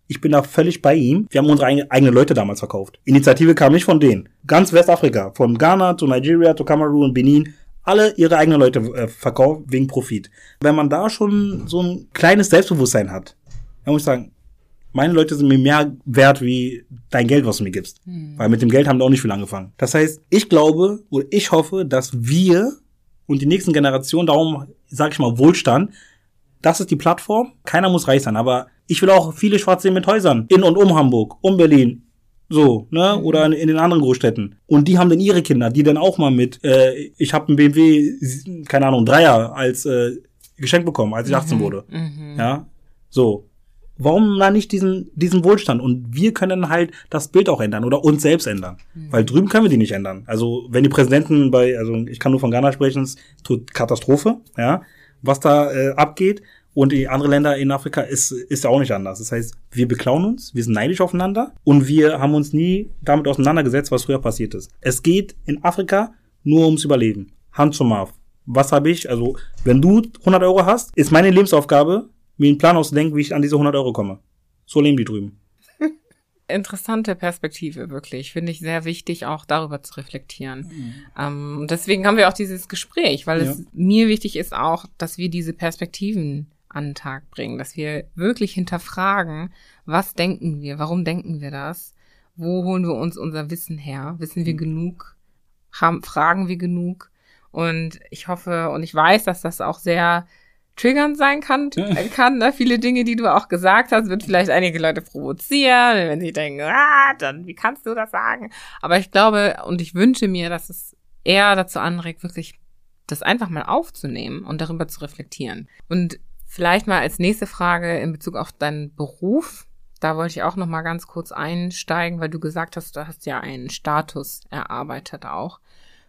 Ich bin da völlig bei ihm. Wir haben unsere eigene, eigene Leute damals verkauft. Initiative kam nicht von denen. Ganz Westafrika, von Ghana zu Nigeria, zu Kamerun, Benin, alle ihre eigenen Leute äh, verkauft wegen Profit. Wenn man da schon so ein kleines Selbstbewusstsein hat, dann muss ich sagen, meine Leute sind mir mehr wert wie dein Geld, was du mir gibst. Hm. Weil mit dem Geld haben wir auch nicht viel angefangen. Das heißt, ich glaube oder ich hoffe, dass wir und die nächsten Generationen, darum sage ich mal Wohlstand, das ist die Plattform. Keiner muss reich sein, aber ich will auch viele Schwarze sehen mit Häusern in und um Hamburg, um Berlin, so, ne, oder in, in den anderen Großstädten. Und die haben dann ihre Kinder, die dann auch mal mit, äh, ich habe einen B M W, keine Ahnung, Dreier als äh, Geschenk bekommen, als ich mhm. achtzehn wurde. Mhm. Ja, so. Warum dann nicht diesen diesen Wohlstand? Und wir können halt das Bild auch ändern oder uns selbst ändern. Mhm. Weil drüben können wir die nicht ändern. Also wenn die Präsidenten bei, also ich kann nur von Ghana sprechen, es tut Katastrophe, ja, was da äh, abgeht. Und die anderen Länder in Afrika ist ist ja auch nicht anders. Das heißt, wir beklauen uns, wir sind neidisch aufeinander und wir haben uns nie damit auseinandergesetzt, was früher passiert ist. Es geht in Afrika nur ums Überleben. Hand zum Mouth. Was habe ich? Also wenn du hundert Euro hast, ist meine Lebensaufgabe, mir einen Plan auszudenken, wie ich an diese hundert Euro komme. So leben die drüben. Interessante Perspektive, wirklich. Finde ich sehr wichtig, auch darüber zu reflektieren. Mhm. Ähm, deswegen haben wir auch dieses Gespräch, weil ja. es mir wichtig ist auch, dass wir diese Perspektiven an den Tag bringen, dass wir wirklich hinterfragen, was denken wir, warum denken wir das, wo holen wir uns unser Wissen her, wissen wir mhm. genug, haben, fragen wir genug und ich hoffe und ich weiß, dass das auch sehr triggernd sein kann, kann ne? Viele Dinge, die du auch gesagt hast, wird vielleicht einige Leute provozieren, wenn sie denken, ah, dann, wie kannst du das sagen? Aber ich glaube und ich wünsche mir, dass es eher dazu anregt, wirklich das einfach mal aufzunehmen und darüber zu reflektieren. Und vielleicht mal als nächste Frage in Bezug auf deinen Beruf. Da wollte ich auch noch mal ganz kurz einsteigen, weil du gesagt hast, du hast ja einen Status erarbeitet auch.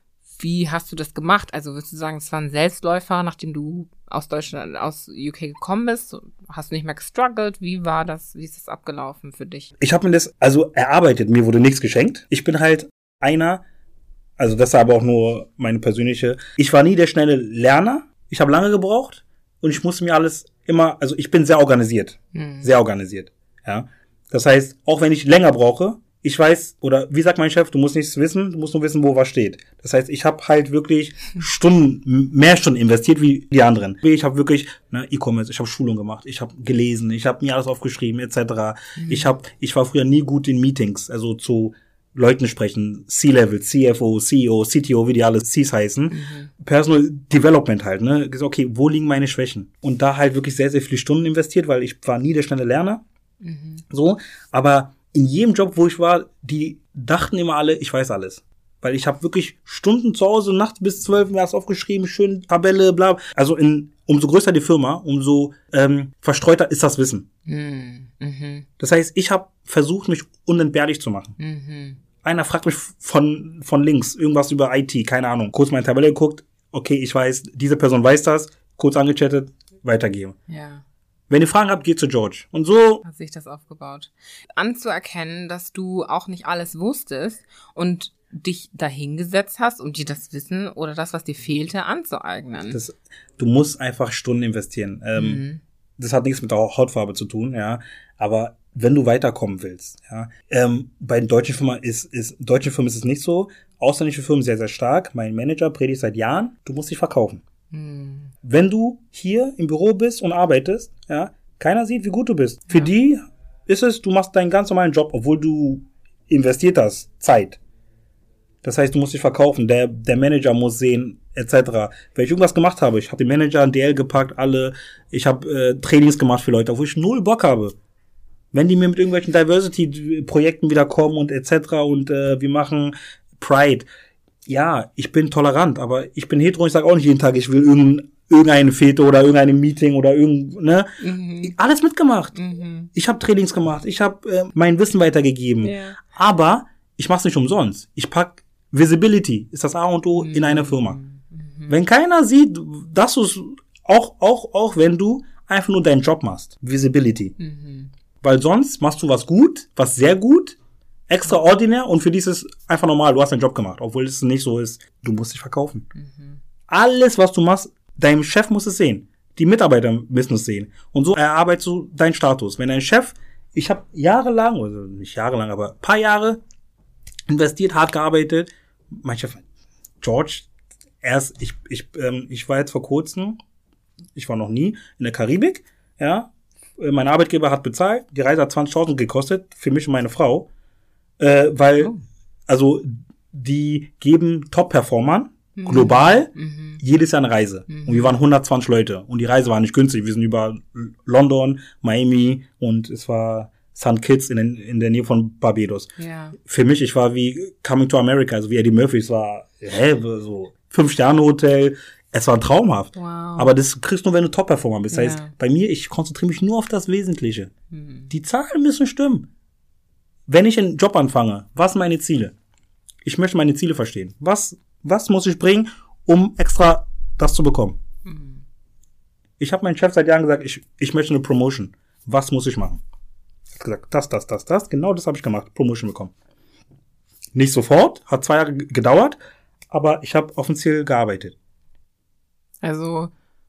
Wie hast du das gemacht? Also würdest du sagen, es war ein Selbstläufer, nachdem du aus Deutschland, aus U K gekommen bist? Hast du nicht mehr gestruggelt? Wie war das? Wie ist das abgelaufen für dich? Ich habe mir das also erarbeitet. Mir wurde nichts geschenkt. Ich bin halt einer, also das ist aber auch nur meine persönliche, ich war nie der schnelle Lerner. Ich habe lange gebraucht. Und ich musste mir alles immer, also ich bin sehr organisiert, mhm. sehr organisiert, ja. Das heißt, auch wenn ich länger brauche, ich weiß, oder wie sagt mein Chef, du musst nichts wissen, du musst nur wissen, wo was steht. Das heißt, ich habe halt wirklich Stunden, mehr Stunden investiert wie die anderen. Ich habe wirklich ne, E-Commerce, ich habe Schulung gemacht, ich habe gelesen, ich habe mir alles aufgeschrieben, et cetera. Mhm. Ich habe, ich war früher nie gut in Meetings, also zu Leuten sprechen, C-Level, C F O, C E O, C T O, wie die alle Cs heißen. Mhm. Personal Development halt, ne? Okay, wo liegen meine Schwächen? Und da halt wirklich sehr, sehr viele Stunden investiert, weil ich war nie der schnelle Lerner. Mhm. So, aber in jedem Job, wo ich war, die dachten immer alle, ich weiß alles. Weil ich habe wirklich Stunden zu Hause, nachts bis zwölf, mir das aufgeschrieben, schön Tabelle, bla. Also in umso größer die Firma, umso ähm, verstreuter ist das Wissen. Mhm. Das heißt, ich habe versucht, mich unentbehrlich zu machen. Mhm. Einer fragt mich von von links irgendwas über I T, keine Ahnung. Kurz meine Tabelle geguckt, okay, ich weiß, diese Person weiß das, kurz angechattet, weitergeben. Ja. Wenn ihr Fragen habt, geht zu George. Und so hat sich das aufgebaut. Anzuerkennen, dass du auch nicht alles wusstest und dich dahingesetzt hast, um dir das Wissen oder das, was dir fehlte, anzueignen. Das, du musst einfach Stunden investieren. Ähm, mhm. Das hat nichts mit der Hautfarbe zu tun, ja. Aber wenn du weiterkommen willst, ja. Ähm, bei den deutschen Firmen ist, ist, deutschen Firmen ist es nicht so. Ausländische Firmen sehr, sehr stark. Mein Manager predigt seit Jahren, du musst dich verkaufen. Mhm. Wenn du hier im Büro bist und arbeitest, ja, keiner sieht, wie gut du bist. Für ja. die ist es, du machst deinen ganz normalen Job, obwohl du investiert hast, Zeit. Das heißt, du musst dich verkaufen, der der Manager muss sehen, et cetera. Wenn ich irgendwas gemacht habe, ich habe den Manager an D L gepackt, alle, ich habe äh, Trainings gemacht für Leute, wo ich null Bock habe. Wenn die mir mit irgendwelchen Diversity-Projekten wieder kommen und et cetera und äh, wir machen Pride. Ja, ich bin tolerant, aber ich bin hetero, ich sage auch nicht jeden Tag, ich will irgendein, irgendeine Fete oder irgendein Meeting oder irgend, ne? Mhm. Alles mitgemacht. Mhm. Ich habe Trainings gemacht, ich habe äh, mein Wissen weitergegeben. Yeah. Aber ich mache es nicht umsonst. Ich pack Visibility, ist das A und O mhm. in einer Firma. Mhm. Wenn keiner sieht, dass du es, auch, auch, auch wenn du einfach nur deinen Job machst. Visibility. Mhm. Weil sonst machst du was gut, was sehr gut, extraordinär und für dieses einfach normal, du hast deinen Job gemacht, obwohl es nicht so ist. Du musst dich verkaufen. Mhm. Alles, was du machst, dein Chef muss es sehen. Die Mitarbeiter müssen es sehen. Und so erarbeitest du deinen Status. Wenn dein Chef ich habe jahrelang, also nicht jahrelang, aber ein paar Jahre investiert, hart gearbeitet. Mein Chef, George, erst, ich, ich, ähm, ich war jetzt vor kurzem, ich war noch nie in der Karibik, ja. Mein Arbeitgeber hat bezahlt, die Reise hat zwanzigtausend gekostet, für mich und meine Frau, äh, weil, oh. also, die geben Top-Performern mhm. global mhm. jedes Jahr eine Reise. Mhm. Und wir waren hundertzwanzig Leute. Und die Reise war nicht günstig. Wir sind über London, Miami und es war Saint Kitts in, den, in der Nähe von Barbados. Ja. Für mich, ich war wie Coming to America, also wie Eddie Murphy. Es war, hä, so Fünf-Sterne-Hotel. Es war traumhaft. Wow. Aber das kriegst du nur, wenn du Top-Performer bist. Das ja. heißt, bei mir, ich konzentriere mich nur auf das Wesentliche. Mhm. Die Zahlen müssen stimmen. Wenn ich einen Job anfange, was sind meine Ziele? Ich möchte meine Ziele verstehen. Was, was muss ich bringen, um extra das zu bekommen? Mhm. Ich habe meinem Chef seit Jahren gesagt, ich, ich möchte eine Promotion. Was muss ich machen? Er hat gesagt, das, das, das, das. Genau das habe ich gemacht. Promotion bekommen. Nicht sofort, hat zwei Jahre gedauert, aber ich habe auf ein Ziel gearbeitet. Also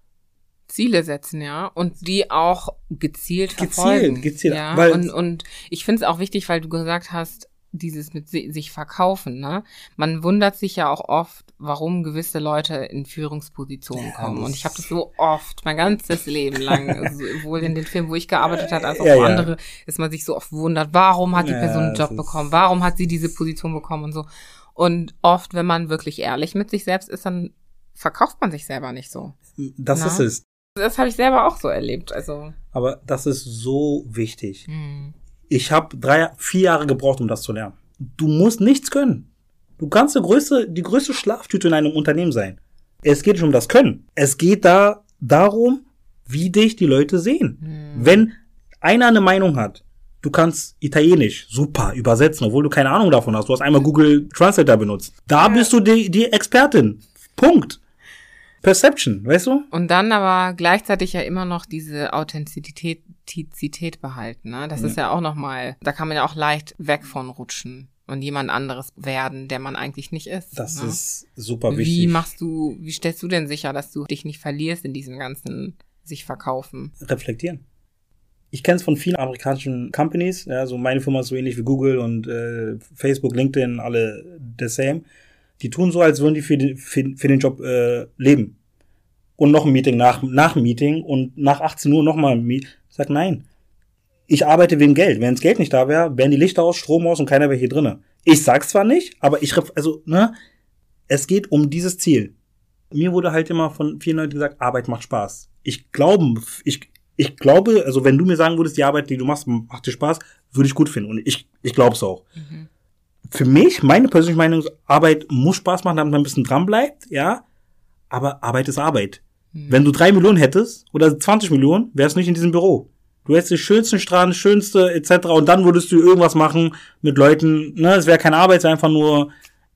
Ziele setzen, ja, und die auch gezielt verfolgen. Gezielt, gezielt. Ja, weil und, und ich finde es auch wichtig, weil du gesagt hast, dieses mit sich verkaufen, ne? Man wundert sich ja auch oft, warum gewisse Leute in Führungspositionen kommen. Ja, und ich habe das so oft, mein ganzes Leben lang, sowohl in den Filmen, wo ich gearbeitet habe, als auch ja, ja. andere, dass man sich so oft wundert, warum hat die ja, Person einen Job bekommen, warum hat sie diese Position bekommen und so. Und oft, wenn man wirklich ehrlich mit sich selbst ist, dann verkauft man sich selber nicht so. Das Na? ist es. Das habe ich selber auch so erlebt. Also. Aber das ist so wichtig. Hm. Ich habe drei, vier Jahre gebraucht, um das zu lernen. Du musst nichts können. Du kannst die größte, die größte Schlaftüte in einem Unternehmen sein. Es geht nicht um das Können. Es geht da darum, wie dich die Leute sehen. Hm. Wenn einer eine Meinung hat, du kannst Italienisch super übersetzen, obwohl du keine Ahnung davon hast. Du hast einmal Google Translator benutzt. Da ja. bist du die, die Expertin. Punkt. Perception, weißt du? Und dann aber gleichzeitig ja immer noch diese Authentizität Zität behalten. Ne? Das ja. ist ja auch nochmal, da kann man ja auch leicht weg von rutschen und jemand anderes werden, der man eigentlich nicht ist. Das ne? ist super wichtig. Wie machst du, wie stellst du denn sicher, dass du dich nicht verlierst in diesem ganzen sich verkaufen? Reflektieren. Ich kenne es von vielen amerikanischen Companies, ja, so meine Firma ist so ähnlich wie Google und äh, Facebook, LinkedIn, alle the same. Die tun so, als würden die für, die, für, für den Job äh, leben. Und noch ein Meeting nach, nach dem Meeting und nach achtzehn Uhr nochmal ein Meeting. Ich sag, nein. Ich arbeite wegen Geld. Wenn das Geld nicht da wäre, wären die Lichter aus, Strom aus und keiner wäre hier drinne. Ich sag's zwar nicht, aber ich, also, ne, es geht um dieses Ziel. Mir wurde halt immer von vielen Leuten gesagt, Arbeit macht Spaß. Ich glaube, ich, ich glaube, also wenn du mir sagen würdest, die Arbeit, die du machst, macht dir Spaß, würde ich gut finden. Und ich, ich glaube es auch. Mhm. Für mich, meine persönliche Meinung, Arbeit muss Spaß machen, damit man ein bisschen dran bleibt, ja. Aber Arbeit ist Arbeit. Mhm. Wenn du drei Millionen hättest oder zwanzig Millionen, wärst du nicht in diesem Büro. Du hättest den schönsten Strand, schönste et cetera. Und dann würdest du irgendwas machen mit Leuten. Ne, es wäre keine Arbeit, es wäre einfach nur.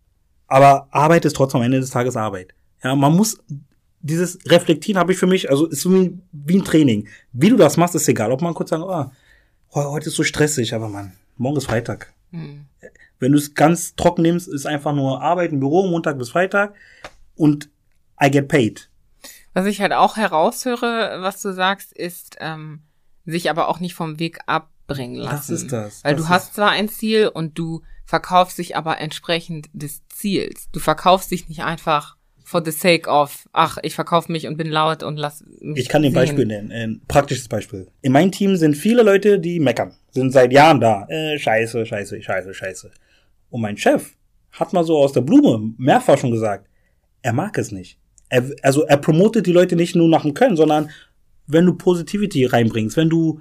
Aber Arbeit ist trotzdem am Ende des Tages Arbeit. Ja, man muss dieses Reflektieren habe ich für mich, also ist so wie, wie ein Training. Wie du das machst, ist egal. Ob man kurz sagt, oh, heute ist so stressig, aber Mann, morgen ist Freitag. Mhm. Wenn du es ganz trocken nimmst, ist einfach nur Arbeit im Büro, Montag bis Freitag und I get paid. Was ich halt auch heraushöre, was du sagst, ist, ähm, sich aber auch nicht vom Weg abbringen lassen. Das ist das. Weil das du hast zwar ein Ziel und du verkaufst dich aber entsprechend des Ziels. Du verkaufst dich nicht einfach for the sake of, ach, ich verkaufe mich und bin laut und lass mich Ich kann dir ein sehen. Beispiel nennen, ein praktisches Beispiel. In meinem Team sind viele Leute, die meckern. Sind seit Jahren da. Äh, scheiße, scheiße, scheiße, scheiße. Und mein Chef hat mal so aus der Blume mehrfach schon gesagt, er mag es nicht. Er, also er promotet die Leute nicht nur nach dem Können, sondern wenn du Positivity reinbringst, wenn du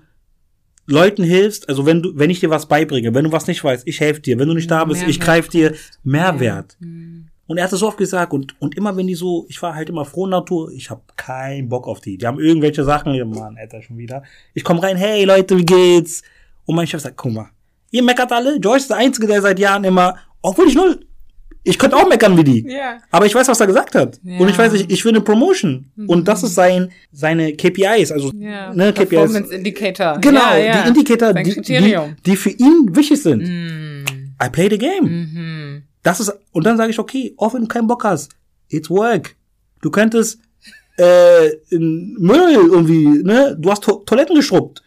Leuten hilfst, also wenn du, wenn ich dir was beibringe, wenn du was nicht weißt, ich helfe dir, wenn du nicht da bist, Mehrwert. Ich greife dir Mehrwert. Ja. Und er hat das so oft gesagt und, und immer wenn die so, ich war halt immer froh Natur, ich habe keinen Bock auf die. Die haben irgendwelche Sachen, Mann, Alter, schon wieder. Ich komme rein, hey Leute, wie geht's? Und mein Chef sagt, guck mal, ihr meckert alle, George ist der Einzige, der seit Jahren immer, obwohl ich null, ich könnte auch meckern wie die. Ja. Aber ich weiß, was er gesagt hat. Ja. Und ich weiß, ich, ich will eine Promotion. Mhm. Und das ist sein, seine K P Is, also, ja. ne, K P Is. Performance Indicator. Genau, ja, ja. die Indicator, die, die, die für ihn wichtig sind. Mhm. I play the game. Mhm. Das ist, und dann sage ich, okay, auch wenn du keinen Bock hast, it's work. Du könntest, äh, in Müll irgendwie, ne, du hast to- Toiletten geschrubbt.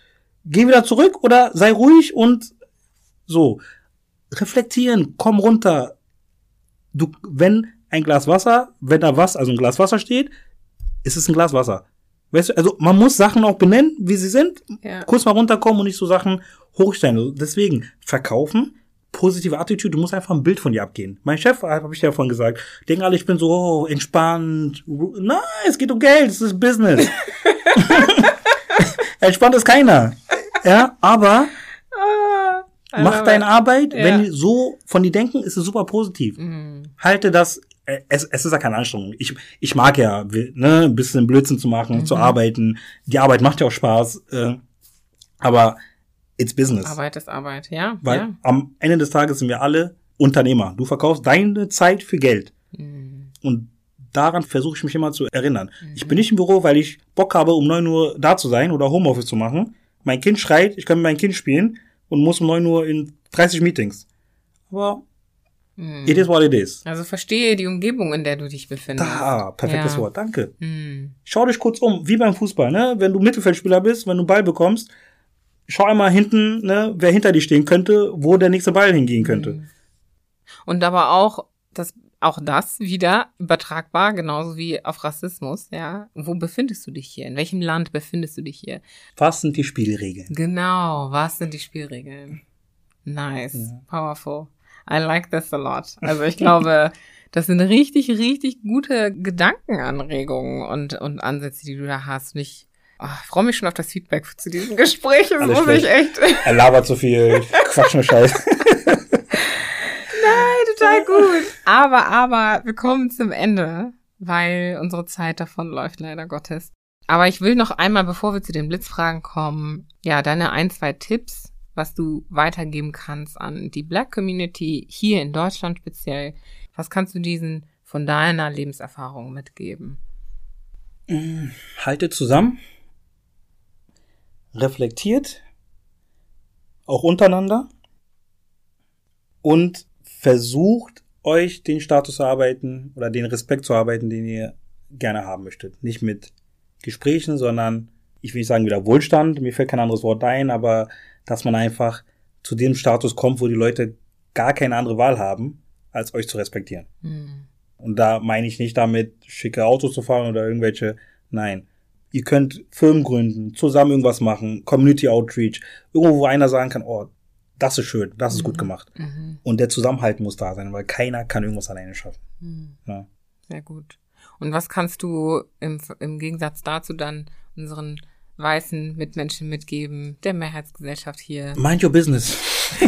geh wieder zurück oder sei ruhig und so. Reflektieren, komm runter. Du, wenn ein Glas Wasser, wenn da was, also ein Glas Wasser steht, ist es ein Glas Wasser. Weißt du, also man muss Sachen auch benennen, wie sie sind. Ja. Kurz mal runterkommen und nicht so Sachen hochstellen. Also deswegen, verkaufen, positive Attitude, du musst einfach ein Bild von dir abgehen. Mein Chef, habe ich ja vorhin gesagt, denken alle, ich bin so oh, entspannt. Nein, es geht um Geld, es ist Business. Entspannt ist keiner. Ja, aber mach deine Arbeit, ja. Wenn die so von dir denken, ist es super positiv. Mhm. Halte das, es, es ist ja keine Anstrengung. Ich, ich mag ja, ne, ein bisschen Blödsinn zu machen, mhm. zu arbeiten. Die Arbeit macht ja auch Spaß, äh, aber it's business. Arbeit ist Arbeit, ja. Weil ja. am Ende des Tages sind wir alle Unternehmer. Du verkaufst deine Zeit für Geld. Mhm. Und daran versuche ich mich immer zu erinnern. Mhm. Ich bin nicht im Büro, weil ich Bock habe, um neun Uhr da zu sein oder Homeoffice zu machen. Mein Kind schreit, ich kann mit meinem Kind spielen und muss um neun Uhr in dreißig Meetings. Aber mm. it is what it is. Also verstehe die Umgebung, in der du dich befindest. Da, perfektes ja. Wort, danke. Mm. Schau dich kurz um, wie beim Fußball, ne? Wenn du Mittelfeldspieler bist, wenn du Ball bekommst, schau einmal hinten, ne, wer hinter dir stehen könnte, wo der nächste Ball hingehen könnte. Mm. Und aber auch, das, auch das wieder übertragbar, genauso wie auf Rassismus, ja. Wo befindest du dich hier? In welchem Land befindest du dich hier? Was sind die Spielregeln? Genau, was sind die Spielregeln? Nice, ja. Powerful. I like this a lot. Also ich glaube, das sind richtig, richtig gute Gedankenanregungen und, und Ansätze, die du da hast. Und ich, oh, ich freue mich schon auf das Feedback zu diesem Gespräch. Das muss ich echt. Er labert so viel, Quatsch nur Scheiß. Nein, total gut. Aber, aber, wir kommen zum Ende, weil unsere Zeit davon läuft, leider Gottes. Aber ich will noch einmal, bevor wir zu den Blitzfragen kommen, ja, deine ein, zwei Tipps, was du weitergeben kannst an die Black Community, hier in Deutschland speziell. Was kannst du diesen von deiner Lebenserfahrung mitgeben? Haltet zusammen, reflektiert, auch untereinander und versucht, euch den Status zu arbeiten oder den Respekt zu arbeiten, den ihr gerne haben möchtet. Nicht mit Gesprächen, sondern, ich will nicht sagen wieder Wohlstand, mir fällt kein anderes Wort ein, aber dass man einfach zu dem Status kommt, wo die Leute gar keine andere Wahl haben, als euch zu respektieren. Mhm. Und da meine ich nicht damit, schicke Autos zu fahren oder irgendwelche, nein. Ihr könnt Firmen gründen, zusammen irgendwas machen, Community Outreach, irgendwo, wo einer sagen kann, oh, das ist schön, das ist mhm. gut gemacht. Mhm. Und der Zusammenhalt muss da sein, weil keiner kann irgendwas alleine schaffen. Mhm. Ja. Sehr gut. Und was kannst du im, im Gegensatz dazu dann unseren weißen Mitmenschen mitgeben, der Mehrheitsgesellschaft hier? Mind your business.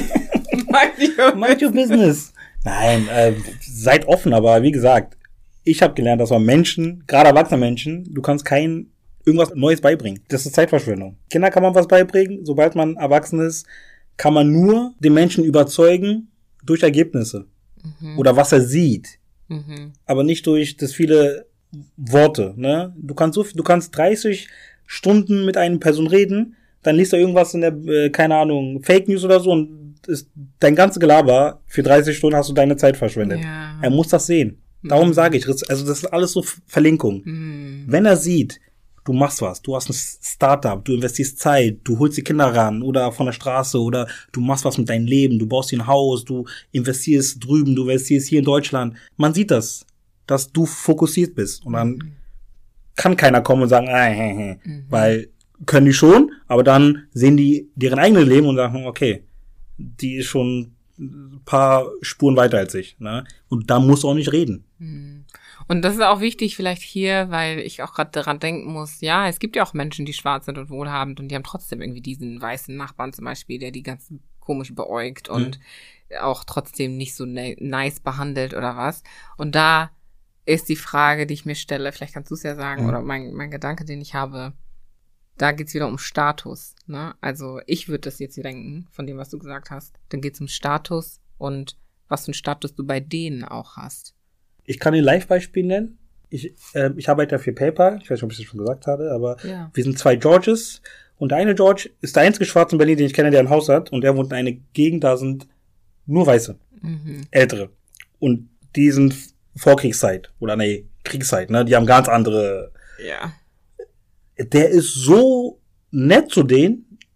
Mind, your, Mind your business. Nein, äh, seid offen, aber wie gesagt, ich habe gelernt, dass man Menschen, gerade erwachsene Menschen, du kannst kein irgendwas Neues beibringen. Das ist Zeitverschwendung. Kinder kann man was beibringen, sobald man erwachsen ist, kann man nur den Menschen überzeugen durch Ergebnisse. Mhm. Oder was er sieht. Mhm. Aber nicht durch das viele Worte, ne? Du kannst so, du kannst dreißig Stunden mit einer Person reden, dann liest er irgendwas in der, äh, keine Ahnung, Fake News oder so und ist dein ganzes Gelaber, für dreißig Stunden hast du deine Zeit verschwendet. Ja. Er muss das sehen. Darum mhm. sage ich, also das ist alles so Verlinkung. Mhm. Wenn er sieht, du machst was, du hast ein Startup, du investierst Zeit, du holst die Kinder ran oder von der Straße oder du machst was mit deinem Leben, du baust dir ein Haus, du investierst drüben, du investierst hier in Deutschland. Man sieht das, dass du fokussiert bist und dann mhm. kann keiner kommen und sagen, äh, äh, äh, mhm. weil können die schon, aber dann sehen die deren eigenes Leben und sagen, okay, die ist schon ein paar Spuren weiter als ich, ne? Und da musst du auch nicht reden. Mhm. Und das ist auch wichtig vielleicht hier, weil ich auch gerade daran denken muss, ja, es gibt ja auch Menschen, die schwarz sind und wohlhabend und die haben trotzdem irgendwie diesen weißen Nachbarn zum Beispiel, der die ganz komisch beäugt und mhm. auch trotzdem nicht so ne- nice behandelt oder was. Und da ist die Frage, die ich mir stelle, vielleicht kannst du es ja sagen, mhm. oder mein, mein Gedanke, den ich habe, da geht's wieder um Status, ne? Also ich würde das jetzt hier denken, von dem, was du gesagt hast. Dann geht's um Status und was für einen Status du bei denen auch hast. Ich kann ein Live-Beispiel nennen. Ich, äh, ich arbeite ja für PayPal. Ich weiß nicht, ob ich das schon gesagt habe, aber ja. Wir sind zwei Georges. Und der eine George ist der einzige Schwarze in Berlin, den ich kenne, der ein Haus hat. Und der wohnt in einer Gegend, da sind nur Weiße. Mhm. Ältere. Und die sind Vorkriegszeit. Oder nee, Kriegszeit, ne? Die haben ganz andere. Ja. Der ist so nett zu denen.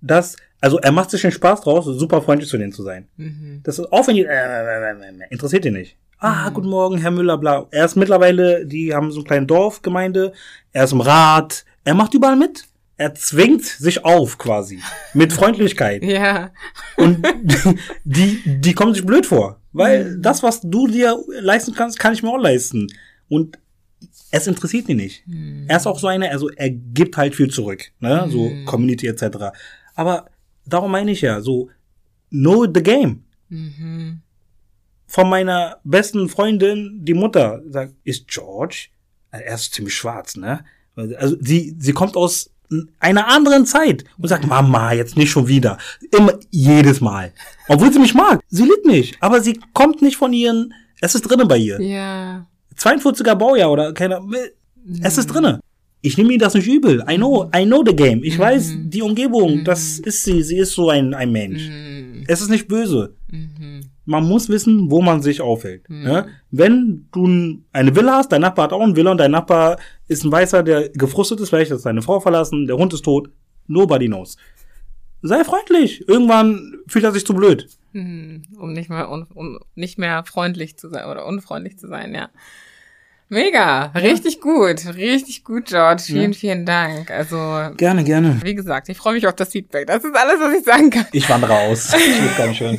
dass, also er macht sich den Spaß draus, super freundlich zu denen zu sein. Mhm. Das ist auch wenn die, äh, äh, äh, interessiert ihn nicht. Ah, Mhm. guten Morgen, Herr Müller, bla. Er ist mittlerweile, die haben so einen kleinen Dorfgemeinde, er ist im Rat, er macht überall mit. Er zwingt sich auf quasi, mit Freundlichkeit. Ja. Und die, die kommen sich blöd vor. Weil das, was du dir leisten kannst, kann ich mir auch leisten. Und es interessiert ihn nicht. Mhm. Er ist auch so einer, also er gibt halt viel zurück, ne, so Mhm. Community et cetera. Aber darum meine ich ja, so know the game. Mhm. Von meiner besten Freundin, die Mutter, sagt, ist George? Er ist ziemlich schwarz, ne? Also sie, sie kommt aus einer anderen Zeit und sagt, Mama, jetzt nicht schon wieder. Immer, jedes Mal. Obwohl sie mich mag. Sie liebt mich. Aber sie kommt nicht von ihren, es ist drinnen bei ihr. Ja. zweiundvierziger Baujahr oder keine, es ist drinnen. Ich nehme ihr das nicht übel. I know, I know the game. Ich Mhm. weiß, die Umgebung, das ist sie. Sie ist so ein, ein Mensch. Mhm. Es ist nicht böse. Mhm. Man muss wissen, wo man sich aufhält. Mhm. Ne? Wenn du eine Villa hast, dein Nachbar hat auch eine Villa und dein Nachbar ist ein Weißer, der gefrustet ist, vielleicht hat seine Frau verlassen, der Hund ist tot, nobody knows. Sei freundlich. Irgendwann fühlt er sich zu blöd. Mhm. Um nicht mehr, un, um nicht mehr freundlich zu sein oder unfreundlich zu sein, ja. Mega, richtig gut, richtig gut, George. Vielen, Ja. vielen Dank. Also, Gerne, gerne. wie gesagt, ich freue mich auf das Feedback. Das ist alles, was ich sagen kann. Ich wandere aus. Ich will gar nicht hören.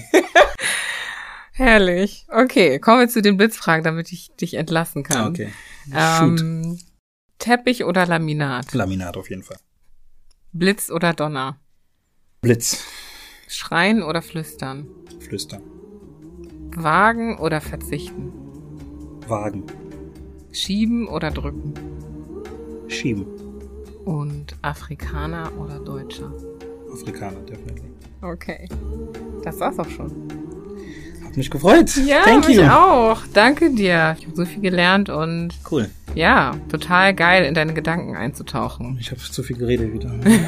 Herrlich. Okay, kommen wir zu den Blitzfragen, damit ich dich entlassen kann. Ah, okay. Shoot. Ähm, Teppich oder Laminat? Laminat auf jeden Fall. Blitz oder Donner? Blitz. Schreien oder flüstern? Flüstern. Wagen oder verzichten? Wagen. Schieben oder drücken? Schieben. Und Afrikaner oder Deutscher? Afrikaner, definitely. Okay. Das war's auch schon. Hat mich gefreut. Ja, Thank mich you. auch. Danke dir. Ich habe so viel gelernt und Cool. ja, total geil, in deine Gedanken einzutauchen. Ich habe zu viel geredet wieder.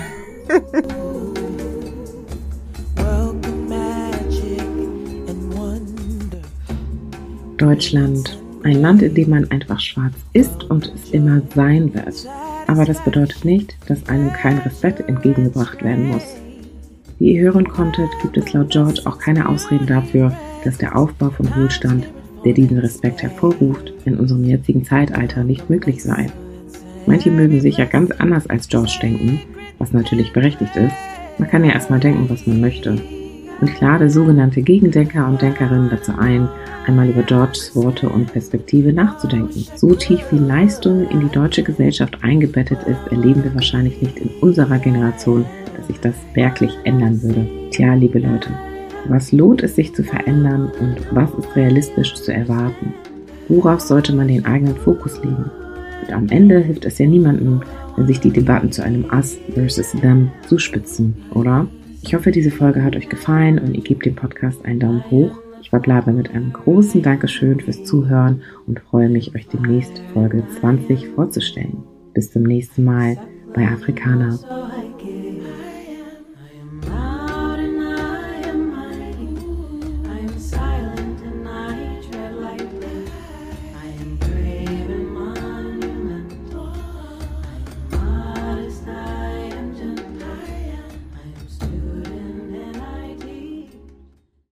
Deutschland. Ein Land, in dem man einfach schwarz ist und es immer sein wird. Aber das bedeutet nicht, dass einem kein Respekt entgegengebracht werden muss. Wie ihr hören konntet, gibt es laut George auch keine Ausreden dafür, dass der Aufbau von Wohlstand, der diesen Respekt hervorruft, in unserem jetzigen Zeitalter nicht möglich sei. Manche mögen sicher ganz anders als George denken, was natürlich berechtigt ist. Man kann ja erstmal denken, was man möchte. Und ich lade sogenannte Gegendenker und Denkerinnen dazu ein, einmal über Georges Worte und Perspektive nachzudenken. So tief wie Leistung in die deutsche Gesellschaft eingebettet ist, erleben wir wahrscheinlich nicht in unserer Generation, dass sich das merklich ändern würde. Tja, liebe Leute, was lohnt es sich zu verändern und was ist realistisch zu erwarten? Worauf sollte man den eigenen Fokus legen? Und am Ende hilft es ja niemandem, wenn sich die Debatten zu einem Us versus Them zuspitzen, oder? Ich hoffe, diese Folge hat euch gefallen und ihr gebt dem Podcast einen Daumen hoch. Ich verbleibe mit einem großen Dankeschön fürs Zuhören und freue mich, euch demnächst Folge zwanzig vorzustellen. Bis zum nächsten Mal bei Afrikaner.